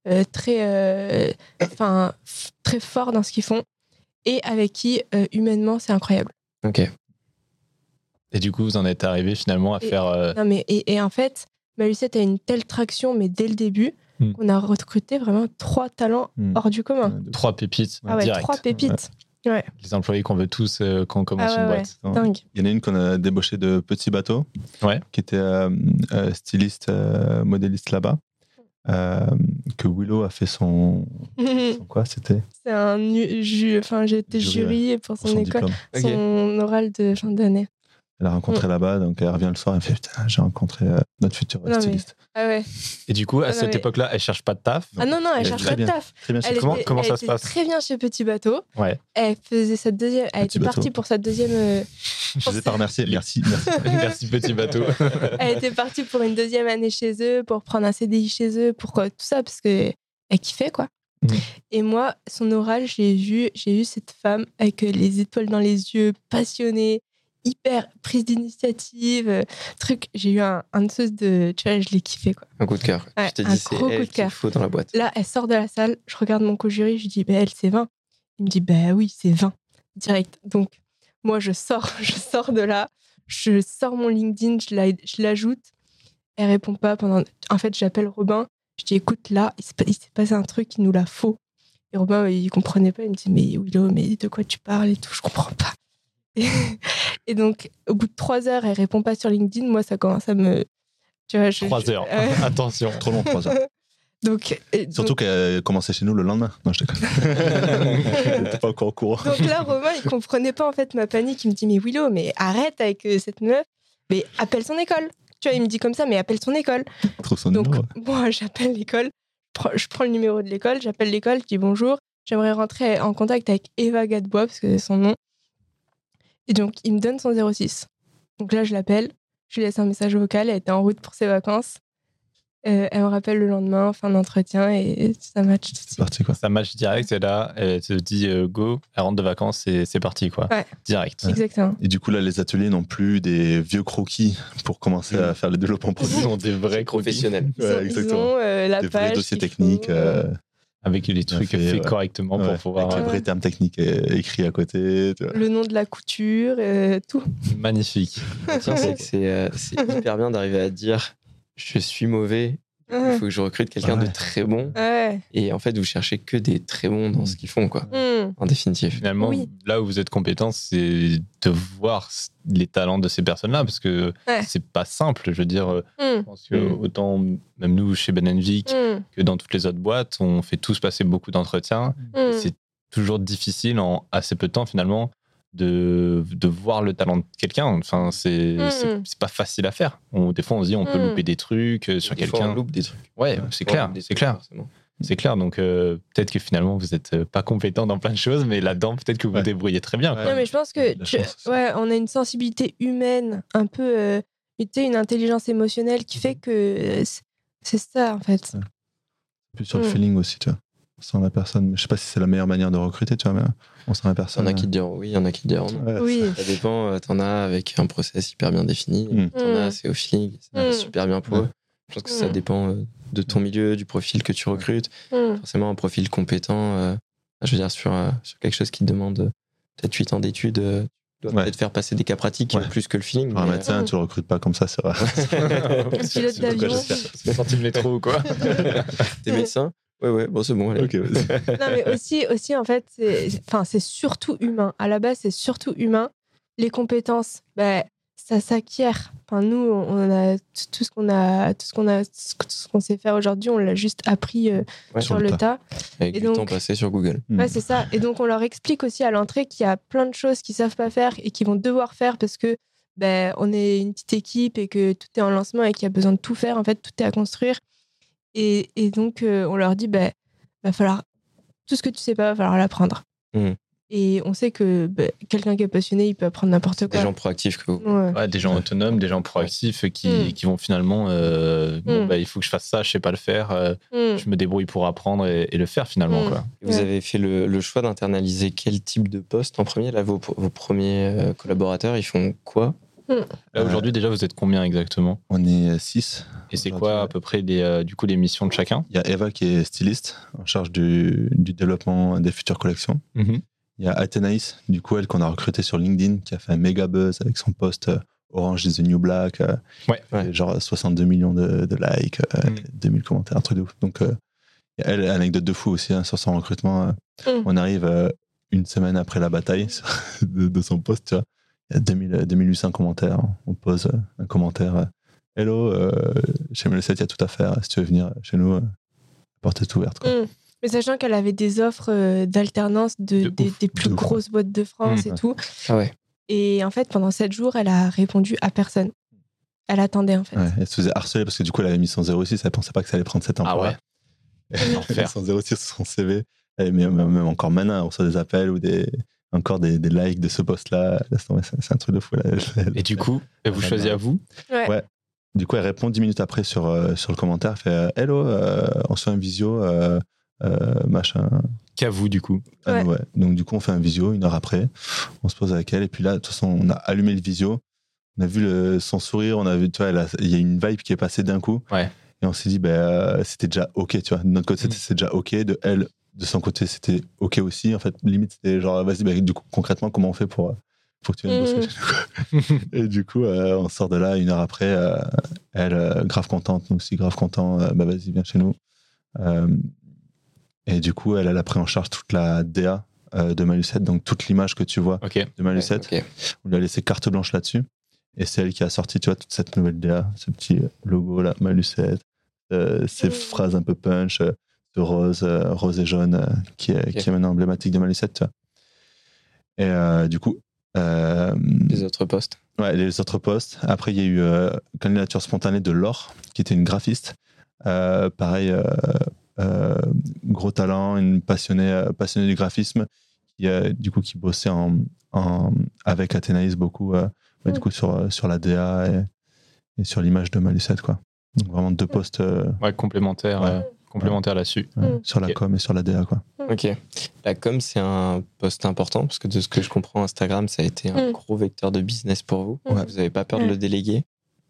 euh, très, euh, enfin, f- très forts dans ce qu'ils font et avec qui, euh, humainement, c'est incroyable. Ok. Et du coup, vous en êtes arrivé finalement à Et- faire. euh, Non, mais, et, et en fait, Malucette a une telle traction, mais dès le début, Hmm. qu'on a recruté vraiment trois talents Hmm. hors du commun. Ouais, de- Trois pépites Ah ouais, direct. trois pépites. Ouais. Les employés qu'on veut tous euh, quand on commence Ah ouais, une ouais. boîte. Ouais. Dingue. Il y en a une qu'on a débauchée de Petit Bateau, Ouais. qui était euh, euh, styliste, euh, modéliste là-bas, euh, que Willow a fait son, son quoi c'était C'est un nu- ju- enfin j'ai été Jury, jury pour pour son, son école, diplôme. Ok. son oral de fin d'année. Elle a rencontré là-bas, donc elle revient le soir, elle fait putain, j'ai rencontré euh, notre futur Non, mais- styliste. Ah ouais. Et du coup, à Non, cette mais- époque-là, elle cherche pas de taf. Ah non non, elle Elle est cherche très pas de bien. taf. Très bien, Elle c'est Comment- était, comment elle ça se était passe très bien chez Petit Bateau. Ouais. Elle faisait sa deuxième, elle Petit était Bateau. partie pour sa deuxième. euh, Je ne sais pas remercier, merci, merci. Merci, petit bateau. Elle était partie pour une deuxième année chez eux, pour prendre un C D I chez eux, pourquoi tout ça parce que elle kiffait quoi. Mhm. Et moi, son oral, j'ai vu, j'ai eu cette femme avec euh, les étoiles dans les yeux, passionnée, hyper prise d'initiative, euh, truc. J'ai eu un, un dessous de, tu vois, je l'ai kiffé quoi. Un coup de cœur. Ouais, je t'ai un dit, c'est gros coup elle de qu'il cœur. faut dans la boîte. Là, elle sort de la salle, je regarde mon co-jury, je lui dis, bah, elle, c'est vingt. Il me dit, bah oui, c'est vingt, direct. Donc, moi, je sors, je sors de là, je sors mon LinkedIn, je la- je l'ajoute. Elle répond pas pendant. En fait, j'appelle Robin, je dis, écoute, là, il s'est pas- il s'est passé un truc, il nous la faut. Et Robin, il comprenait pas, il me dit, mais Willow, mais de quoi tu parles et tout, je comprends pas. Et, et donc, au bout de trois heures, elle répond pas sur LinkedIn, moi, ça commence à me. Tu vois, je, Trois je- heures. ouais. Attention. Trop long, trois heures. Donc, et Surtout donc- qu'elle commençait chez nous le lendemain. Non, je déconne. Elle n'était pas encore au courant. Donc là, Romain, il comprenait pas en fait ma panique. Il me dit, mais Willow, mais arrête avec euh, cette meuf, mais appelle son école. Tu vois, il me dit comme ça, mais appelle son école. Trouve son Donc, numéro. moi, j'appelle l'école, je prends- je prends le numéro de l'école, j'appelle l'école, je dis bonjour, j'aimerais rentrer en contact avec Eva Gadebois, parce que c'est son nom. Et donc, il me donne son zéro six. Donc là, je l'appelle, je lui laisse un message vocal, elle était en route pour ses vacances. Euh, elle me rappelle le lendemain, fin d'entretien, et ça match tout de C'est suite. parti quoi. Ça match direct, et là, elle te dit euh, go, elle rentre de vacances et c'est parti, quoi. Ouais. Direct. Exactement. Et du coup, là, les ateliers n'ont plus des vieux croquis pour commencer à faire le développement Ce produit. sont des vrais croquis Professionnel. Ils ont, Ouais, ils exactement. ont, euh, la Des page vrais dossiers qu'il techniques. faut, euh, avec les trucs fait, faits ouais. correctement ouais, pour pouvoir. avec les euh, vrais termes techniques euh, écrits à côté. tu vois. le nom de la couture, euh, tout. Magnifique. Tiens, c'est que c'est euh, c'est hyper bien d'arriver à dire je suis mauvais, il Ouais. faut que je recrute quelqu'un Ouais. de très bon. Ouais. Et en fait, vous cherchez que des très bons dans ce qu'ils font, quoi. Hmm. En définitive. Finalement, Oui. là où vous êtes compétent, c'est de voir les talents de ces personnes-là, parce que Ouais. c'est pas simple. Je veux dire, euh, Hmm. je pense que Mm. autant, même nous, chez Ben and Vic, Hmm. que dans toutes les autres boîtes, on fait tous passer beaucoup d'entretiens. Hmm. C'est toujours difficile en assez peu de temps, finalement, de, de voir le talent de quelqu'un. Enfin, c'est Mm. c'est c'est pas facile à faire. On- des fois, on se dit, on peut Mm. louper des trucs euh, sur Des fois, on quelqu'un. loupe des trucs. Ouais, c'est Des fois, on clair, loupe des c'est trucs, clair. forcément. C'est clair, donc euh, peut-être que finalement vous n'êtes euh, pas compétent dans plein de choses, mais là-dedans peut-être que vous vous Ouais. débrouillez très bien. quoi. Non, mais je pense que La tu- chance aussi. ouais, on a une sensibilité humaine, un peu, euh, tu sais, une intelligence émotionnelle qui fait que euh, c'est- c'est ça en fait. Ouais. Plus sur le Mm. feeling aussi, tu vois. On sent la personne. Je sais pas si c'est la meilleure manière de recruter, tu vois, mais on sent la Il y personne. en a qui te diront oui, il y en a qui te diront non. Ouais, Oui. Ça dépend, euh, t'en as avec un process hyper bien défini, Mm. t'en Mm. as c'est au feeling, ça va Mm. super bien pour Ouais. eux. Je pense que ça Mm. dépend euh, de ton milieu, du profil que tu recrutes. Hmm. Forcément, un profil compétent, euh, je veux dire, sur, euh, sur quelque chose qui demande euh, peut-être huit ans d'études, euh, tu dois Ouais. peut-être faire passer des cas pratiques Ouais. euh, plus que le feeling. Pour un mais, médecin, Mm. tu le recrutes pas comme ça, c'est vrai. Pilote d'avion. C'est sorti le métro ou quoi euh, T'es médecin? Ouais, ouais, bon, c'est bon, allez. Ok, vas-y. Non, mais aussi, aussi en fait, c'est enfin, c'est surtout humain. À la base, c'est surtout humain. Les compétences, bah, ça s'acquiert. Enfin, nous, on a tout tout ce qu'on a, tout ce qu'on a, tout ce qu'on sait faire aujourd'hui, on l'a juste appris euh, Ouais, sur sur le le tas. Avec Et du donc- temps passé sur Google. Mm. Ouais, c'est ça. Et donc, on leur explique aussi à l'entrée qu'il y a plein de choses qu'ils savent pas faire et qu'ils vont devoir faire parce que ben, on est une petite équipe et que tout est en lancement et qu'il y a besoin de tout faire. En fait, tout est à construire. Et, et donc, euh, on leur dit, ben, va falloir tout ce que tu sais pas, va falloir l'apprendre. Mhm. Et on sait que ben, quelqu'un qui est passionné, il peut apprendre n'importe Des quoi. gens proactifs que vous. Ouais. Ouais, des gens autonomes, des gens proactifs qui, Mm. qui vont finalement, euh, bon, Mm. bah, il faut que je fasse ça, je sais pas le faire, euh, Mm. je me débrouille pour apprendre et, et le faire finalement. Mm. Quoi. Vous Ouais. avez fait le, le choix d'internaliser quel type de poste en premier? Là, vos, vos premiers euh, collaborateurs, ils font quoi? Là, aujourd'hui, déjà, vous êtes combien exactement? On est six. Et c'est quoi à peu près les, euh, du coup, les missions de chacun? Il y a Eva qui est styliste, en charge du, du développement des futures collections. Mm-hmm. Il y a Athénaïs, du coup, elle qu'on a recruté sur LinkedIn, qui a fait un méga buzz avec son post euh, Orange is the New Black. Euh, ouais, ouais. Genre soixante-deux millions de, de likes, euh, mm. deux mille commentaires, un truc de ouf. Donc, euh, elle, anecdote de fou aussi hein, sur son recrutement. Euh, mm. On arrive euh, une semaine après la bataille de, de son post, tu vois. Il y a deux mille, deux mille huit cents commentaires. On pose euh, un commentaire. Euh, Hello, euh, chez Mail sept, il y a tout à faire. Si tu veux venir chez nous, euh, la porte est ouverte. Quoi. Mm. Mais sachant qu'elle avait des offres euh, d'alternance de, de des, des plus de grosses boîtes de France mmh. et tout. Ah ouais. Et en fait, pendant sept jours, elle a répondu à personne. Elle attendait en fait. Ouais, elle se faisait harceler parce que du coup, elle avait mis son zéro six. Elle pensait pas que ça allait prendre sept ans. Ah ouais. Elle avait mis son zéro six sur son C V. Elle met même encore maintenant, on reçoit des appels ou des, encore des, des likes de ce post-là. C'est, c'est un truc de fou. Là. Et du coup, elle vous choisit à vous? Ouais. ouais. Du coup, elle répond dix minutes après sur, euh, sur le commentaire. Elle fait « Hello, euh, on se fait un visio. Euh, Euh, machin. Qu'à vous, du coup. Ah, ouais. ouais. Donc, du coup, on fait un visio une heure après. On se pose avec elle. Et puis là, de toute façon, on a allumé le visio. On a vu le, son sourire. On a vu, tu vois, il y a une vibe qui est passée d'un coup. Ouais. Et on s'est dit, ben, euh, c'était déjà OK, tu vois. De notre côté, mmh. c'était déjà OK. De elle, de son côté, c'était OK aussi. En fait, limite, c'était genre, vas-y, ben, du coup, concrètement, comment on fait pour, pour que tu viennes mmh. bosser chez nous, Et du coup, euh, on sort de là une heure après. Euh, elle, euh, grave contente. Nous aussi, grave content. Euh, ben, vas-y, viens chez nous. Euh, Et du coup, elle, elle a pris en charge toute la D A euh, de Malucette, donc toute l'image que tu vois okay. de Malucette. Okay. On lui a laissé carte blanche là-dessus. Et c'est elle qui a sorti, tu vois, toute cette nouvelle D A, ce petit logo là, Malucette, euh, ces mmh. phrases un peu punch, euh, ce rose, euh, rose et jaune, euh, qui, est, okay. qui est maintenant emblématique de Malucette, tu vois. Et euh, du coup... Euh, les autres postes. Ouais, les autres postes. Après, il y a eu euh, candidature spontanée de Laure, qui était une graphiste. Euh, pareil... Euh, Euh, gros talent, une passionnée, euh, passionnée du graphisme qui, euh, du coup, qui bossait en, en, avec Athénaïs beaucoup euh, bah, mmh. du coup, sur, sur la D A et, et sur l'image de Malucette, quoi. Donc vraiment deux postes euh, ouais, complémentaires, ouais. Euh, complémentaires ouais. là-dessus. Ouais, mmh. Sur la okay. com et sur la D A, quoi. Ok. La com, c'est un poste important parce que de ce que je comprends, Instagram, ça a été un mmh. gros vecteur de business pour vous. Ouais. Vous n'avez pas peur de le déléguer?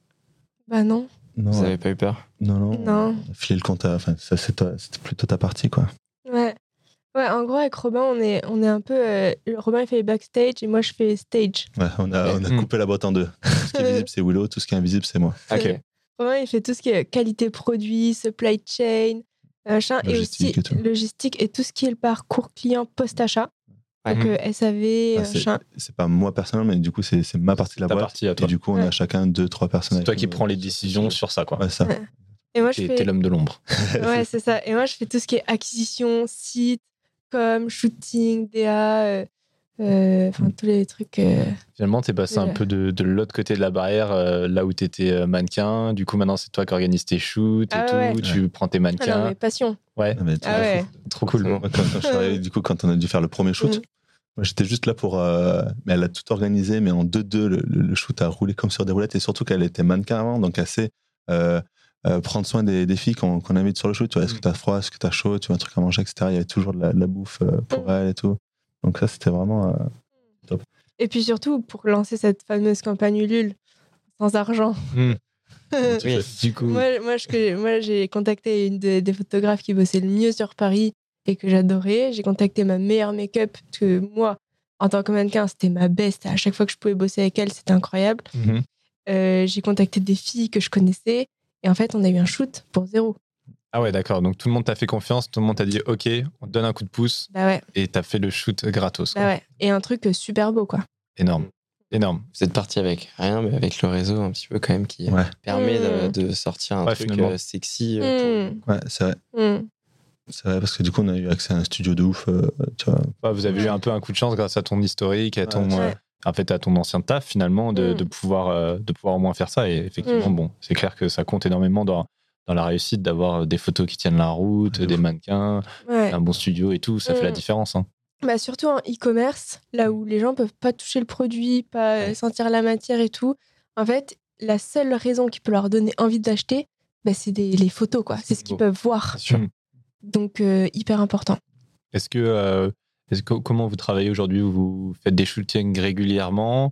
Bah non. Non, vous n'avez pas eu peur? Non, non. Non. Filer le compte, à, enfin, ça, c'est ta, c'était plutôt ta partie, quoi. Ouais. Ouais, en gros, avec Robin, on est, on est un peu. Euh, Robin, il fait les backstage et moi, je fais stage. Ouais, on a, on a mmh. coupé la boîte en deux. Tout ce qui est visible, c'est Willow. Tout ce qui est invisible, c'est moi. Ok. Robin, il fait tout ce qui est qualité produit, supply chain, machin, logistique et aussi et logistique et tout ce qui est le parcours client post-achat. Ouais. Donc, euh, S A V, ah, c'est, c'est pas moi personnellement, mais du coup, c'est, c'est ma partie de la boîte. Partie à toi. Et du coup, on ouais. a chacun deux, trois personnes. C'est toi qui prends les décisions sur ça, quoi. Ouais, ça. Ouais. Et moi, je t'es, fais... t'es l'homme de l'ombre. Ouais, c'est ça. Et moi, je fais tout ce qui est acquisition, site, com, shooting, D A, euh, euh, enfin, tous les trucs. Euh... Finalement, t'es passé ouais. un peu de, de l'autre côté de la barrière, euh, là où t'étais mannequin. Du coup, maintenant, c'est toi qui organise tes shoots et ah, tout. Ouais. Tu ouais. prends tes mannequins. Ah non, mais passion. Ouais. Ah, mais ah ouais. Trop cool. Moi, quand, quand je suis arrivé, du coup, quand on a dû faire le premier shoot, mmh. moi, j'étais juste là pour. Euh, mais elle a tout organisé, mais en deux deux, le, le shoot a roulé comme sur des roulettes. Et surtout qu'elle était mannequin avant, donc elle sait euh, euh, prendre soin des, des filles qu'on, qu'on invite sur le shoot. Tu vois, est-ce que t'as froid, est-ce que t'as chaud, tu veux un truc à manger, et cetera. Il y avait toujours de la, de la bouffe euh, pour elle et tout. Donc ça, c'était vraiment euh, top. Et puis surtout, pour lancer cette fameuse campagne Ulule, sans argent. Mmh. Oui, du coup. Moi, moi, je, moi, j'ai contacté une des, des photographes qui bossait le mieux sur Paris et que j'adorais. J'ai contacté ma meilleure make-up, parce que moi, en tant que mannequin, c'était ma best. À chaque fois que je pouvais bosser avec elle, c'était incroyable. Mmh. Euh, j'ai contacté des filles que je connaissais. Et en fait, on a eu un shoot pour zéro. Ah ouais, d'accord. Donc tout le monde t'a fait confiance, tout le monde t'a dit OK, on te donne un coup de pouce. Bah ouais. Et t'as fait le shoot gratos. Bah ouais. Et un truc super beau, quoi. Énorme. Énorme. Vous êtes parti avec rien, mais avec le réseau un petit peu quand même qui ouais. permet mmh. de, de sortir un ouais, truc finalement. sexy. Mmh. Pour... Ouais, c'est vrai. Mmh. C'est vrai, parce que du coup, on a eu accès à un studio de ouf. Euh, tu vois. Ouais, vous avez ouais. eu un peu un coup de chance grâce à ton historique, à ton, ouais. euh, en fait, à ton ancien taf, finalement, de, mmh. de, pouvoir, euh, de pouvoir au moins faire ça. Et effectivement, mmh. bon, c'est clair que ça compte énormément dans, dans la réussite d'avoir des photos qui tiennent la route, ouais, des mannequins, ouais. un bon studio et tout. Ça mmh. fait la différence. Hein. Bah surtout en e-commerce, là où les gens peuvent pas toucher le produit, pas ouais. sentir la matière et tout. En fait, la seule raison qui peut leur donner envie d'acheter, bah, c'est des, les photos, quoi. C'est, c'est ce qu'ils peuvent voir. Mmh. Donc, euh, hyper important. Est-ce que, euh, est-ce que, comment vous travaillez aujourd'hui? Vous faites des shootings régulièrement?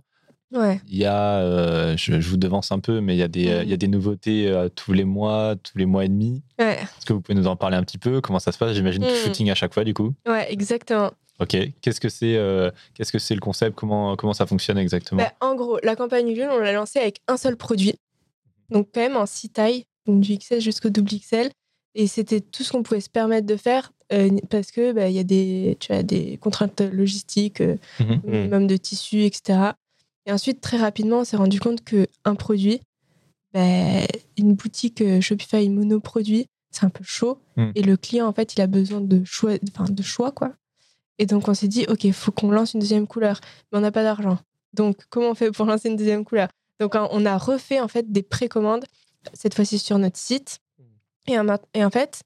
Ouais. Il y a, euh, je, je vous devance un peu, mais il y a des, Mm. il y a des nouveautés euh, tous les mois, tous les mois et demi. Ouais. Est-ce que vous pouvez nous en parler un petit peu? Comment ça se passe? J'imagine que Mm. shooting à chaque fois, du coup. Ouais, exactement. Ok. Qu'est-ce que c'est, euh, qu'est-ce que c'est le concept? Comment, comment ça fonctionne exactement? Bah, en gros, la campagne Ulule, on l'a lancée avec un seul produit. Donc, quand même en six tailles, donc du X S jusqu'au double X L. Et c'était tout ce qu'on pouvait se permettre de faire euh, parce que bah, y a des, tu as des contraintes logistiques, euh, Mhm. minimum de tissu, et cetera. Et ensuite, très rapidement, on s'est rendu compte qu'un produit, bah, une boutique euh, Shopify monoproduit, c'est un peu chaud. Mm. Et le client, en fait, il a besoin de choix, enfin, de choix quoi. Et donc, on s'est dit, OK, il faut qu'on lance une deuxième couleur. Mais on n'a pas d'argent. Donc, comment on fait pour lancer une deuxième couleur? Donc, on a refait en fait des précommandes, cette fois-ci sur notre site. Et en, et en fait,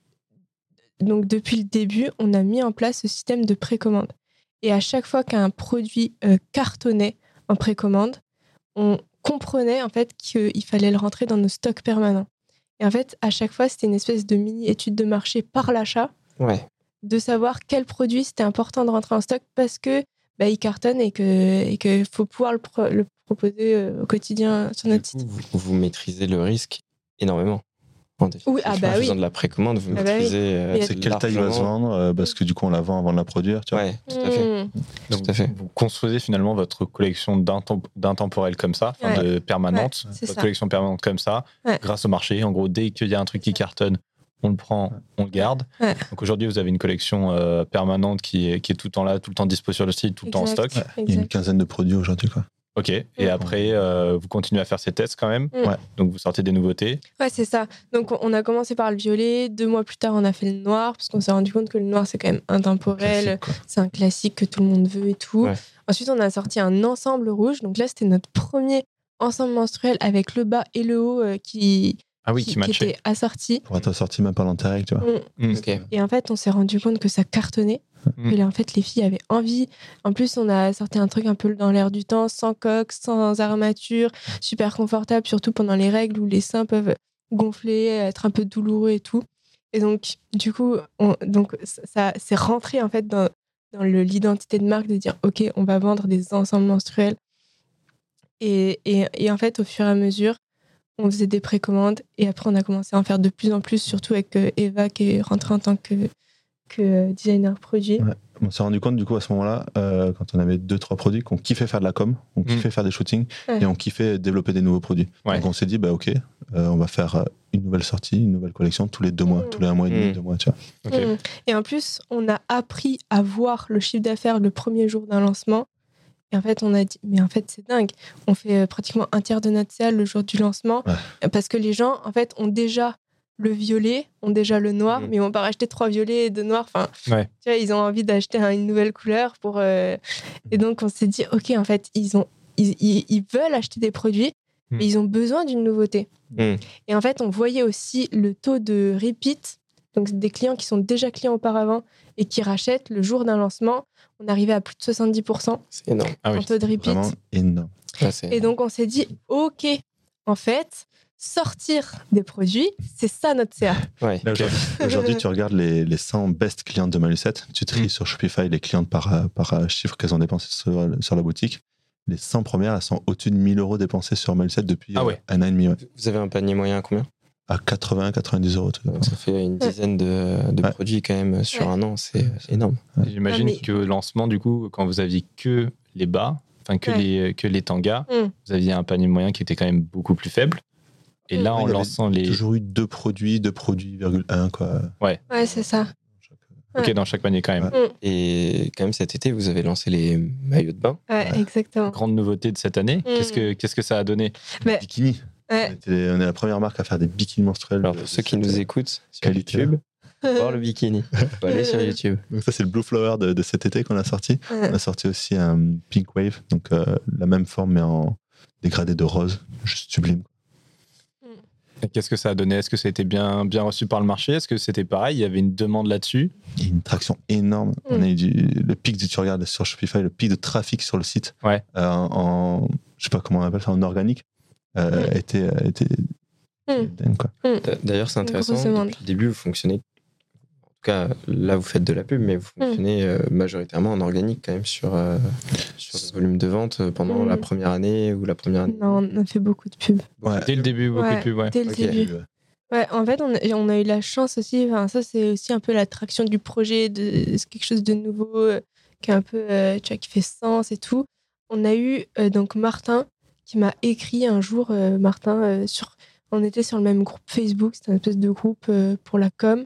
donc depuis le début, on a mis en place ce système de précommande. Et à chaque fois qu'un produit euh, cartonnait en précommande, on comprenait en fait qu'il fallait le rentrer dans nos stocks permanents. Et en fait, à chaque fois, c'était une espèce de mini-étude de marché par l'achat, Ouais. de savoir quel produit c'était important de rentrer en stock parce que bah, il cartonne et que et que faut pouvoir le, pro- le proposer euh, au quotidien sur notre Du coup, site. vous, vous maîtrisez le risque énormément. En Oui, ah bah en oui. faisant de la précommande, vous Ah bah oui. maîtrisez euh, Mais il y a- C'est quelle taille il va se largement. vendre euh, parce que du coup on la vend avant de la produire, tu vois. Ouais, tout à fait. Mmh. Tout à fait. Vous construisez finalement votre collection d'intem- d'intemporels comme ça, enfin Ouais. de permanente, Ouais, c'est votre ça. collection permanente comme ça, Ouais. grâce au marché. En gros, dès qu'il y a un truc qui cartonne, on le prend, on le garde. Ouais. Donc aujourd'hui, vous avez une collection euh, permanente qui est, qui est tout le temps là, tout le temps dispo sur le site, tout le temps en Exact. stock. Il y a une Exact. quinzaine de produits aujourd'hui, quoi. Ok. Et Mm. après, euh, vous continuez à faire ces tests quand même. Mm. Ouais. Donc vous sortez des nouveautés. Ouais, c'est ça. Donc, on a commencé par le violet. Deux mois plus tard, on a fait le noir parce qu'on s'est rendu compte que le noir, c'est quand même intemporel. Classique, quoi. C'est un classique que tout le monde veut et tout. Ouais. Ensuite, on a sorti un ensemble rouge. Donc là, c'était notre premier ensemble menstruel avec le bas et le haut euh, qui, Ah oui, qui, qui qui matchait. étaient assortis. Pour être sorti même pendant tes règles, tu vois. Mm. Mm. Ok. Et en fait, on s'est rendu compte que ça cartonnait. Mm. Que, en fait, les filles avaient envie. En plus, on a sorti un truc un peu dans l'air du temps, sans coque, sans armature, super confortable, surtout pendant les règles où les seins peuvent gonfler, être un peu douloureux et tout. Et donc, du coup, on, donc, ça, ça c'est rentré en fait dans, dans le, l'identité de marque de dire, OK, on va vendre des ensembles menstruels. Et, et, et en fait, au fur et à mesure, on faisait des précommandes et après, on a commencé à en faire de plus en plus, surtout avec euh, Eva qui est rentrée en tant que, que designer produit. Ouais. On s'est rendu compte du coup à ce moment-là, euh, quand on avait deux trois produits, qu'on kiffait faire de la com, on kiffait faire des shootings Ouais. et on kiffait développer des nouveaux produits. Ouais. Donc on s'est dit bah ok, euh, on va faire euh, une nouvelle sortie, une nouvelle collection tous les deux mois, Mmh. tous les un mois et demi, Mmh. deux mois, tu vois. Ok. Mm. Et en plus, on a appris à voir le chiffre d'affaires le premier jour d'un lancement. Et en fait, on a dit, mais en fait, c'est dingue. On fait euh, pratiquement un tiers de notre salle le jour du lancement. Ouais. Parce que les gens, en fait, ont déjà le violet, ont déjà le noir, Mm. mais ils vont pas racheter trois violets et deux noirs. Enfin, Ouais. tu vois, ils ont envie d'acheter un- une nouvelle couleur pour. euh, Et donc, on s'est dit, ok, en fait, ils ont, ils, ils, ils veulent acheter des produits, Mm. mais ils ont besoin d'une nouveauté. Mm. Et en fait, on voyait aussi le taux de repeat, donc des clients qui sont déjà clients auparavant et qui rachètent le jour d'un lancement. On arrivait à plus de soixante-dix pour cent C'est énorme. Ah oui. en taux de repeat. Vraiment énorme. Ça, c'est- Et donc, on s'est dit, OK, en fait, sortir des produits, c'est ça notre C A. Ouais. Là, aujourd'hui, aujourd'hui, tu regardes les, les cent best clientes de Malucette, tu tries Mm. sur Shopify les clientes par, euh, par euh, chiffre qu'elles ont dépensé sur, sur la boutique. Les cent premières, elles sont au-dessus de mille euros dépensés sur Malucette depuis Ah euh, ouais. un an et demi. Ouais. Vous avez un panier moyen à combien? À quatre-vingts, quatre-vingt-dix euros. Tout Donc, ça fait une dizaine de, de Ouais. produits quand même sur Ouais. un an, c'est c'est énorme. J'imagine Ah, mais- que au lancement, du coup, quand vous aviez que les bas, enfin que, Ouais. les, que les tangas, Mm. vous aviez un panier moyen qui était quand même beaucoup plus faible. Et Mm. là, Ouais, en il y avait lançant les. toujours eu deux produits, deux produits, virgule un, quoi. Ouais, c'est ça. Ok, dans chaque panier quand même. Ouais. Et quand même cet été, vous avez lancé les maillots de bain. Ouais, exactement. Grande nouveauté de cette année. Qu'est-ce que qu'est-ce que ça a donné? Mais, Bikini. ouais. On, était- on est la première marque à faire des bikinis menstruels. Alors de- pour de ceux qui cette- nous écoutent sur qualité. YouTube, faut voir le bikini. Faut aller sur YouTube. Donc ça, c'est le Blue Flower de, de cet été qu'on a sorti. Ouais. On a sorti aussi un Pink Wave, donc euh, la même forme mais en dégradé de rose, juste sublime. Et qu'est-ce que ça a donné? Est-ce que ça a été bien, bien reçu par le marché? Est-ce que c'était pareil? Il y avait une demande là-dessus? Il y a une traction énorme. On a eu du, le pic, de, tu regardes sur Shopify, le pic de trafic sur le site, Ouais. euh, en, je sais pas comment on appelle ça, en organique, euh, Mm. était, était Mm. dingue, quoi. D'ailleurs, c'est Une intéressant. grosse demande. Depuis le début, vous fonctionnez. En tout cas, là, vous faites de la pub, mais vous fonctionnez euh, majoritairement en organique quand même sur, euh, sur le volume de vente pendant Mm. la première année ou la première année. Non, on a fait beaucoup de pubs. Ouais. Dès le début, beaucoup Ouais, de pubs, ouais. dès le Ok. début. Ouais, en fait, on a, on a eu la chance aussi, enfin, ça c'est aussi un peu l'attraction du projet, de, c'est quelque chose de nouveau, euh, qui est un peu, euh, tu vois, qui fait sens et tout. On a eu euh, donc Martin qui m'a écrit un jour, euh, Martin, euh, sur, on était sur le même groupe Facebook, c'était un espèce de groupe euh, pour la com,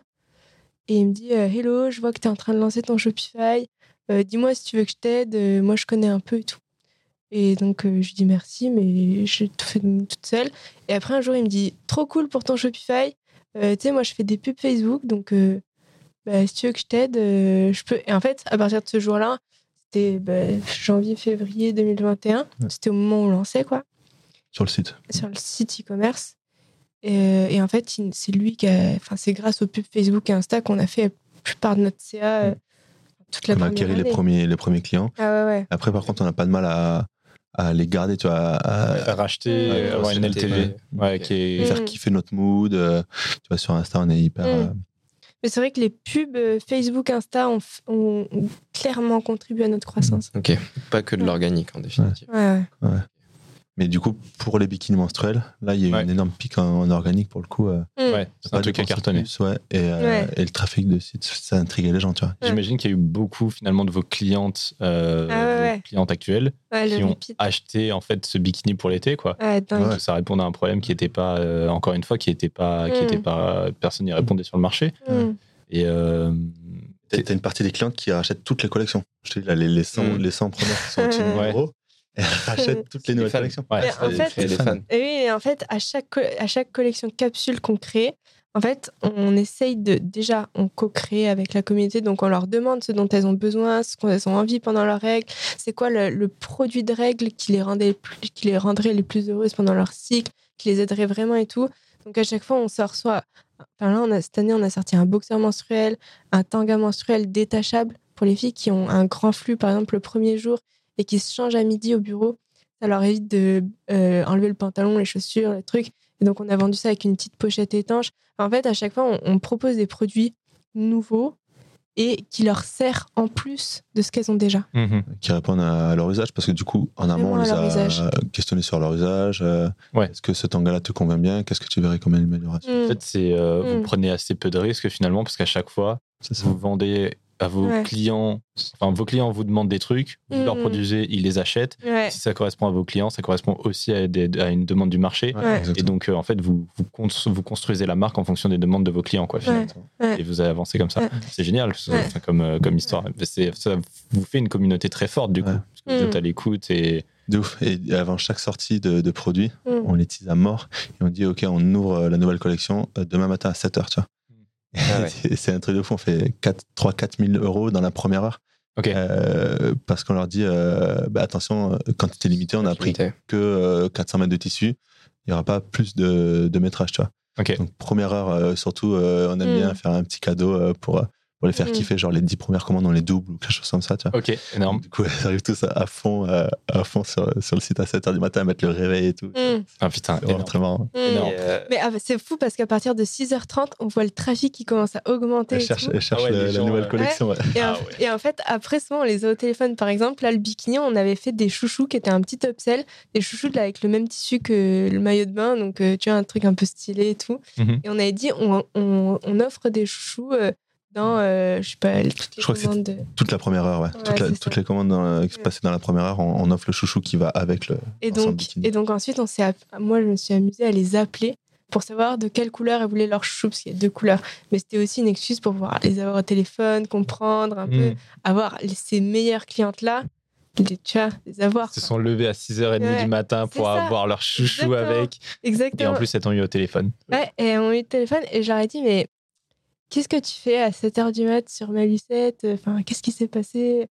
et il me dit euh, Hello, je vois que tu es en train de lancer ton Shopify, euh, dis-moi si tu veux que je t'aide, euh, moi je connais un peu et tout. Et donc, euh, je lui dis merci, mais j'ai tout fait toute seule. Et après, un jour, il me dit trop cool pour ton Shopify. Euh, tu sais, moi, je fais des pubs Facebook, donc euh, bah, si tu veux que je t'aide, euh, je peux. Et en fait, à partir de ce jour-là, c'était bah, janvier, février deux mille vingt et un. Ouais. C'était au moment où on lançait, quoi, Sur le site. sur le site e-commerce. Et, euh, et en fait, il- c'est lui qui a. Enfin, c'est grâce aux pubs Facebook et Insta qu'on a fait la plupart de notre C A euh, toute la On a première acquéri année. les premiers, les premiers clients. Ah ouais, ouais. Après, par contre, on n'a pas de mal à, à les garder, tu vois, à, Faire racheter, Ouais, euh, avoir une L T V, ouais. ouais, Ok. qui est. à faire Mm. kiffer notre mood. euh, tu vois, sur Insta, on est hyper. Mm. euh, Mais c'est vrai que les pubs euh, Facebook, Insta ont, f- ont- ont clairement contribué à notre croissance. Ok, pas que de Ouais. l'organique en définitive. Ouais, ouais. Mais du coup, pour les bikinis menstruels, là, il y a eu Ouais. une énorme pique en, en organique pour le coup. euh, Mm. Ouais, c'est un pas truc à dépenser cartonner. plus, ouais, et, euh, Ouais. et le trafic de site, ça intriguait les gens, tu vois. Ouais. J'imagine qu'il y a eu beaucoup finalement de vos clientes, euh, Ah ouais, vos ouais. clientes actuelles Ouais, le qui ont repeat. acheté en fait ce bikini pour l'été, quoi. Ouais, dingue. Ouais. Ça répondait à un problème qui était pas, euh, encore une fois, qui était pas, qui Mm. était pas, personne n'y répondait sur le marché. Mm. Et euh, T'as t'as une partie des clientes qui rachètent toutes les collections. Je te dis, là, les, les, cent, Mm. les cent premières qui sont au-dessus de mille Ouais. euros, elles rachètent toutes les C'est des nouvelles fans. collections. ouais, Mais c'est- en fait- Créer des fans. fans. Et oui, et en fait, à chaque, co- à chaque collection capsule qu'on crée, en fait, on essaye de. Déjà, on co-crée avec la communauté, donc on leur demande ce dont elles ont besoin, ce qu'elles ont envie pendant leurs règles, c'est quoi le, le produit de règles qui les, rendait, plus- qui les rendrait les plus heureuses pendant leur cycle, qui les aiderait vraiment et tout. Donc à chaque fois, on sort soit. Enfin là, on a, cette année, on a sorti un boxer menstruel, un tanga menstruel détachable pour les filles qui ont un grand flux, par exemple, le premier jour et qui se changent à midi au bureau. Ça leur évite de euh, enlever le pantalon, les chaussures, les trucs. Et donc, on a vendu ça avec une petite pochette étanche. En fait, à chaque fois, on, on propose des produits nouveaux et qui leur servent en plus de ce qu'elles ont déjà. Mhm. Qui répondent à, à leur usage, parce que du coup, en amont, on Vraiment à les leur a usage. questionnés sur leur usage. euh, Ouais. Est-ce que ce tanga-là te convient bien? Qu'est-ce que tu verrais comme amélioration? Mm. En fait, c'est euh, Mm. vous prenez assez peu de risques finalement parce qu'à chaque fois, C'est ça. vous vendez à vos Ouais. clients, enfin vos clients vous demandent des trucs, vous Mm. leur produisez, ils les achètent. Ouais. Si ça correspond à vos clients, ça correspond aussi à, des- à une demande du marché. Ouais, Ouais. Et exactement. donc, euh, en fait, vous, vous, cons- vous construisez la marque en fonction des demandes de vos clients, quoi, finalement. Ouais. Et vous avez avancé comme ça. Ouais. C'est génial, c'est- Ouais. enfin, comme, euh, comme histoire. C'est- Ça vous fait une communauté très forte, du coup. Ouais. Parce que vous Mm. êtes à l'écoute et. De ouf. Et avant chaque sortie de, de produit, Mm. on les tease à mort et on dit ok, on ouvre euh, la nouvelle collection euh, demain matin à sept heures, tu vois. Ah ouais. Et c'est un truc de fou, on fait trois à quatre mille euros dans la première heure. Ok. Euh, parce qu'on leur dit euh, bah, attention, euh, quantité limitée, on a pris Limité. que euh, quatre cents mètres de tissu, il n'y aura pas plus de, de métrage, tu vois. Ok. Donc première heure, euh, surtout, euh, on aime Mm. bien faire un petit cadeau euh, pour, euh, pour les faire Mm. kiffer, genre les dix premières commandes, on les double ou quelque chose comme ça, tu vois. Ok, énorme. Du coup, ils arrivent tous à, à fond, euh, à fond sur, sur le site à sept heures du matin à mettre le réveil et tout. Mm. Ah putain, C'est vraiment énorme. très marrant. Mm. Énorme. Et, euh, Mais ah, bah, c'est fou parce qu'à partir de six heures trente, on voit le trafic qui commence à augmenter. Elle et cherche, tout. elle cherche Ah ouais, la, les la gens, nouvelle euh, collection. Ouais. Et, en, Ah ouais. et en fait, après, souvent, on les a au téléphone. Par exemple, là, le bikini, on avait fait des chouchous qui étaient un petit upsell. Des chouchous là, avec le même tissu que le maillot de bain. Donc, euh, tu vois, un truc un peu stylé et tout. Mhm. Et on avait dit, on, on, on offre des chouchous euh, dans, euh, je sais pas, toutes les Je crois que commandes de... Toute la première heure, ouais. Ouais, Toute la- c'est toutes ça. les commandes dans- qui se passaient dans la première heure, on, on offre le chouchou qui va avec le. Et l'ensemble donc, bikini. et donc, ensuite, on s'est app- moi, je me suis amusée à les appeler pour savoir de quelle couleur elles voulaient leur chouchou, parce qu'il y a deux couleurs. Mais c'était aussi une excuse pour pouvoir les avoir au téléphone, comprendre un peu, Mm. avoir les- ces meilleures clientes-là, les, tu vois, les avoir. Ils se quoi. sont levés à six heures trente Ouais, du matin c'est pour ça. avoir leur chouchou Exactement. avec. Et Exactement. en plus, elles t'ont eu au téléphone. Ouais, et on a eu le téléphone et j'aurais dit, mais qu'est-ce que tu fais à sept heures du mat sur ma Lucette? Enfin, qu'est-ce qui s'est passé?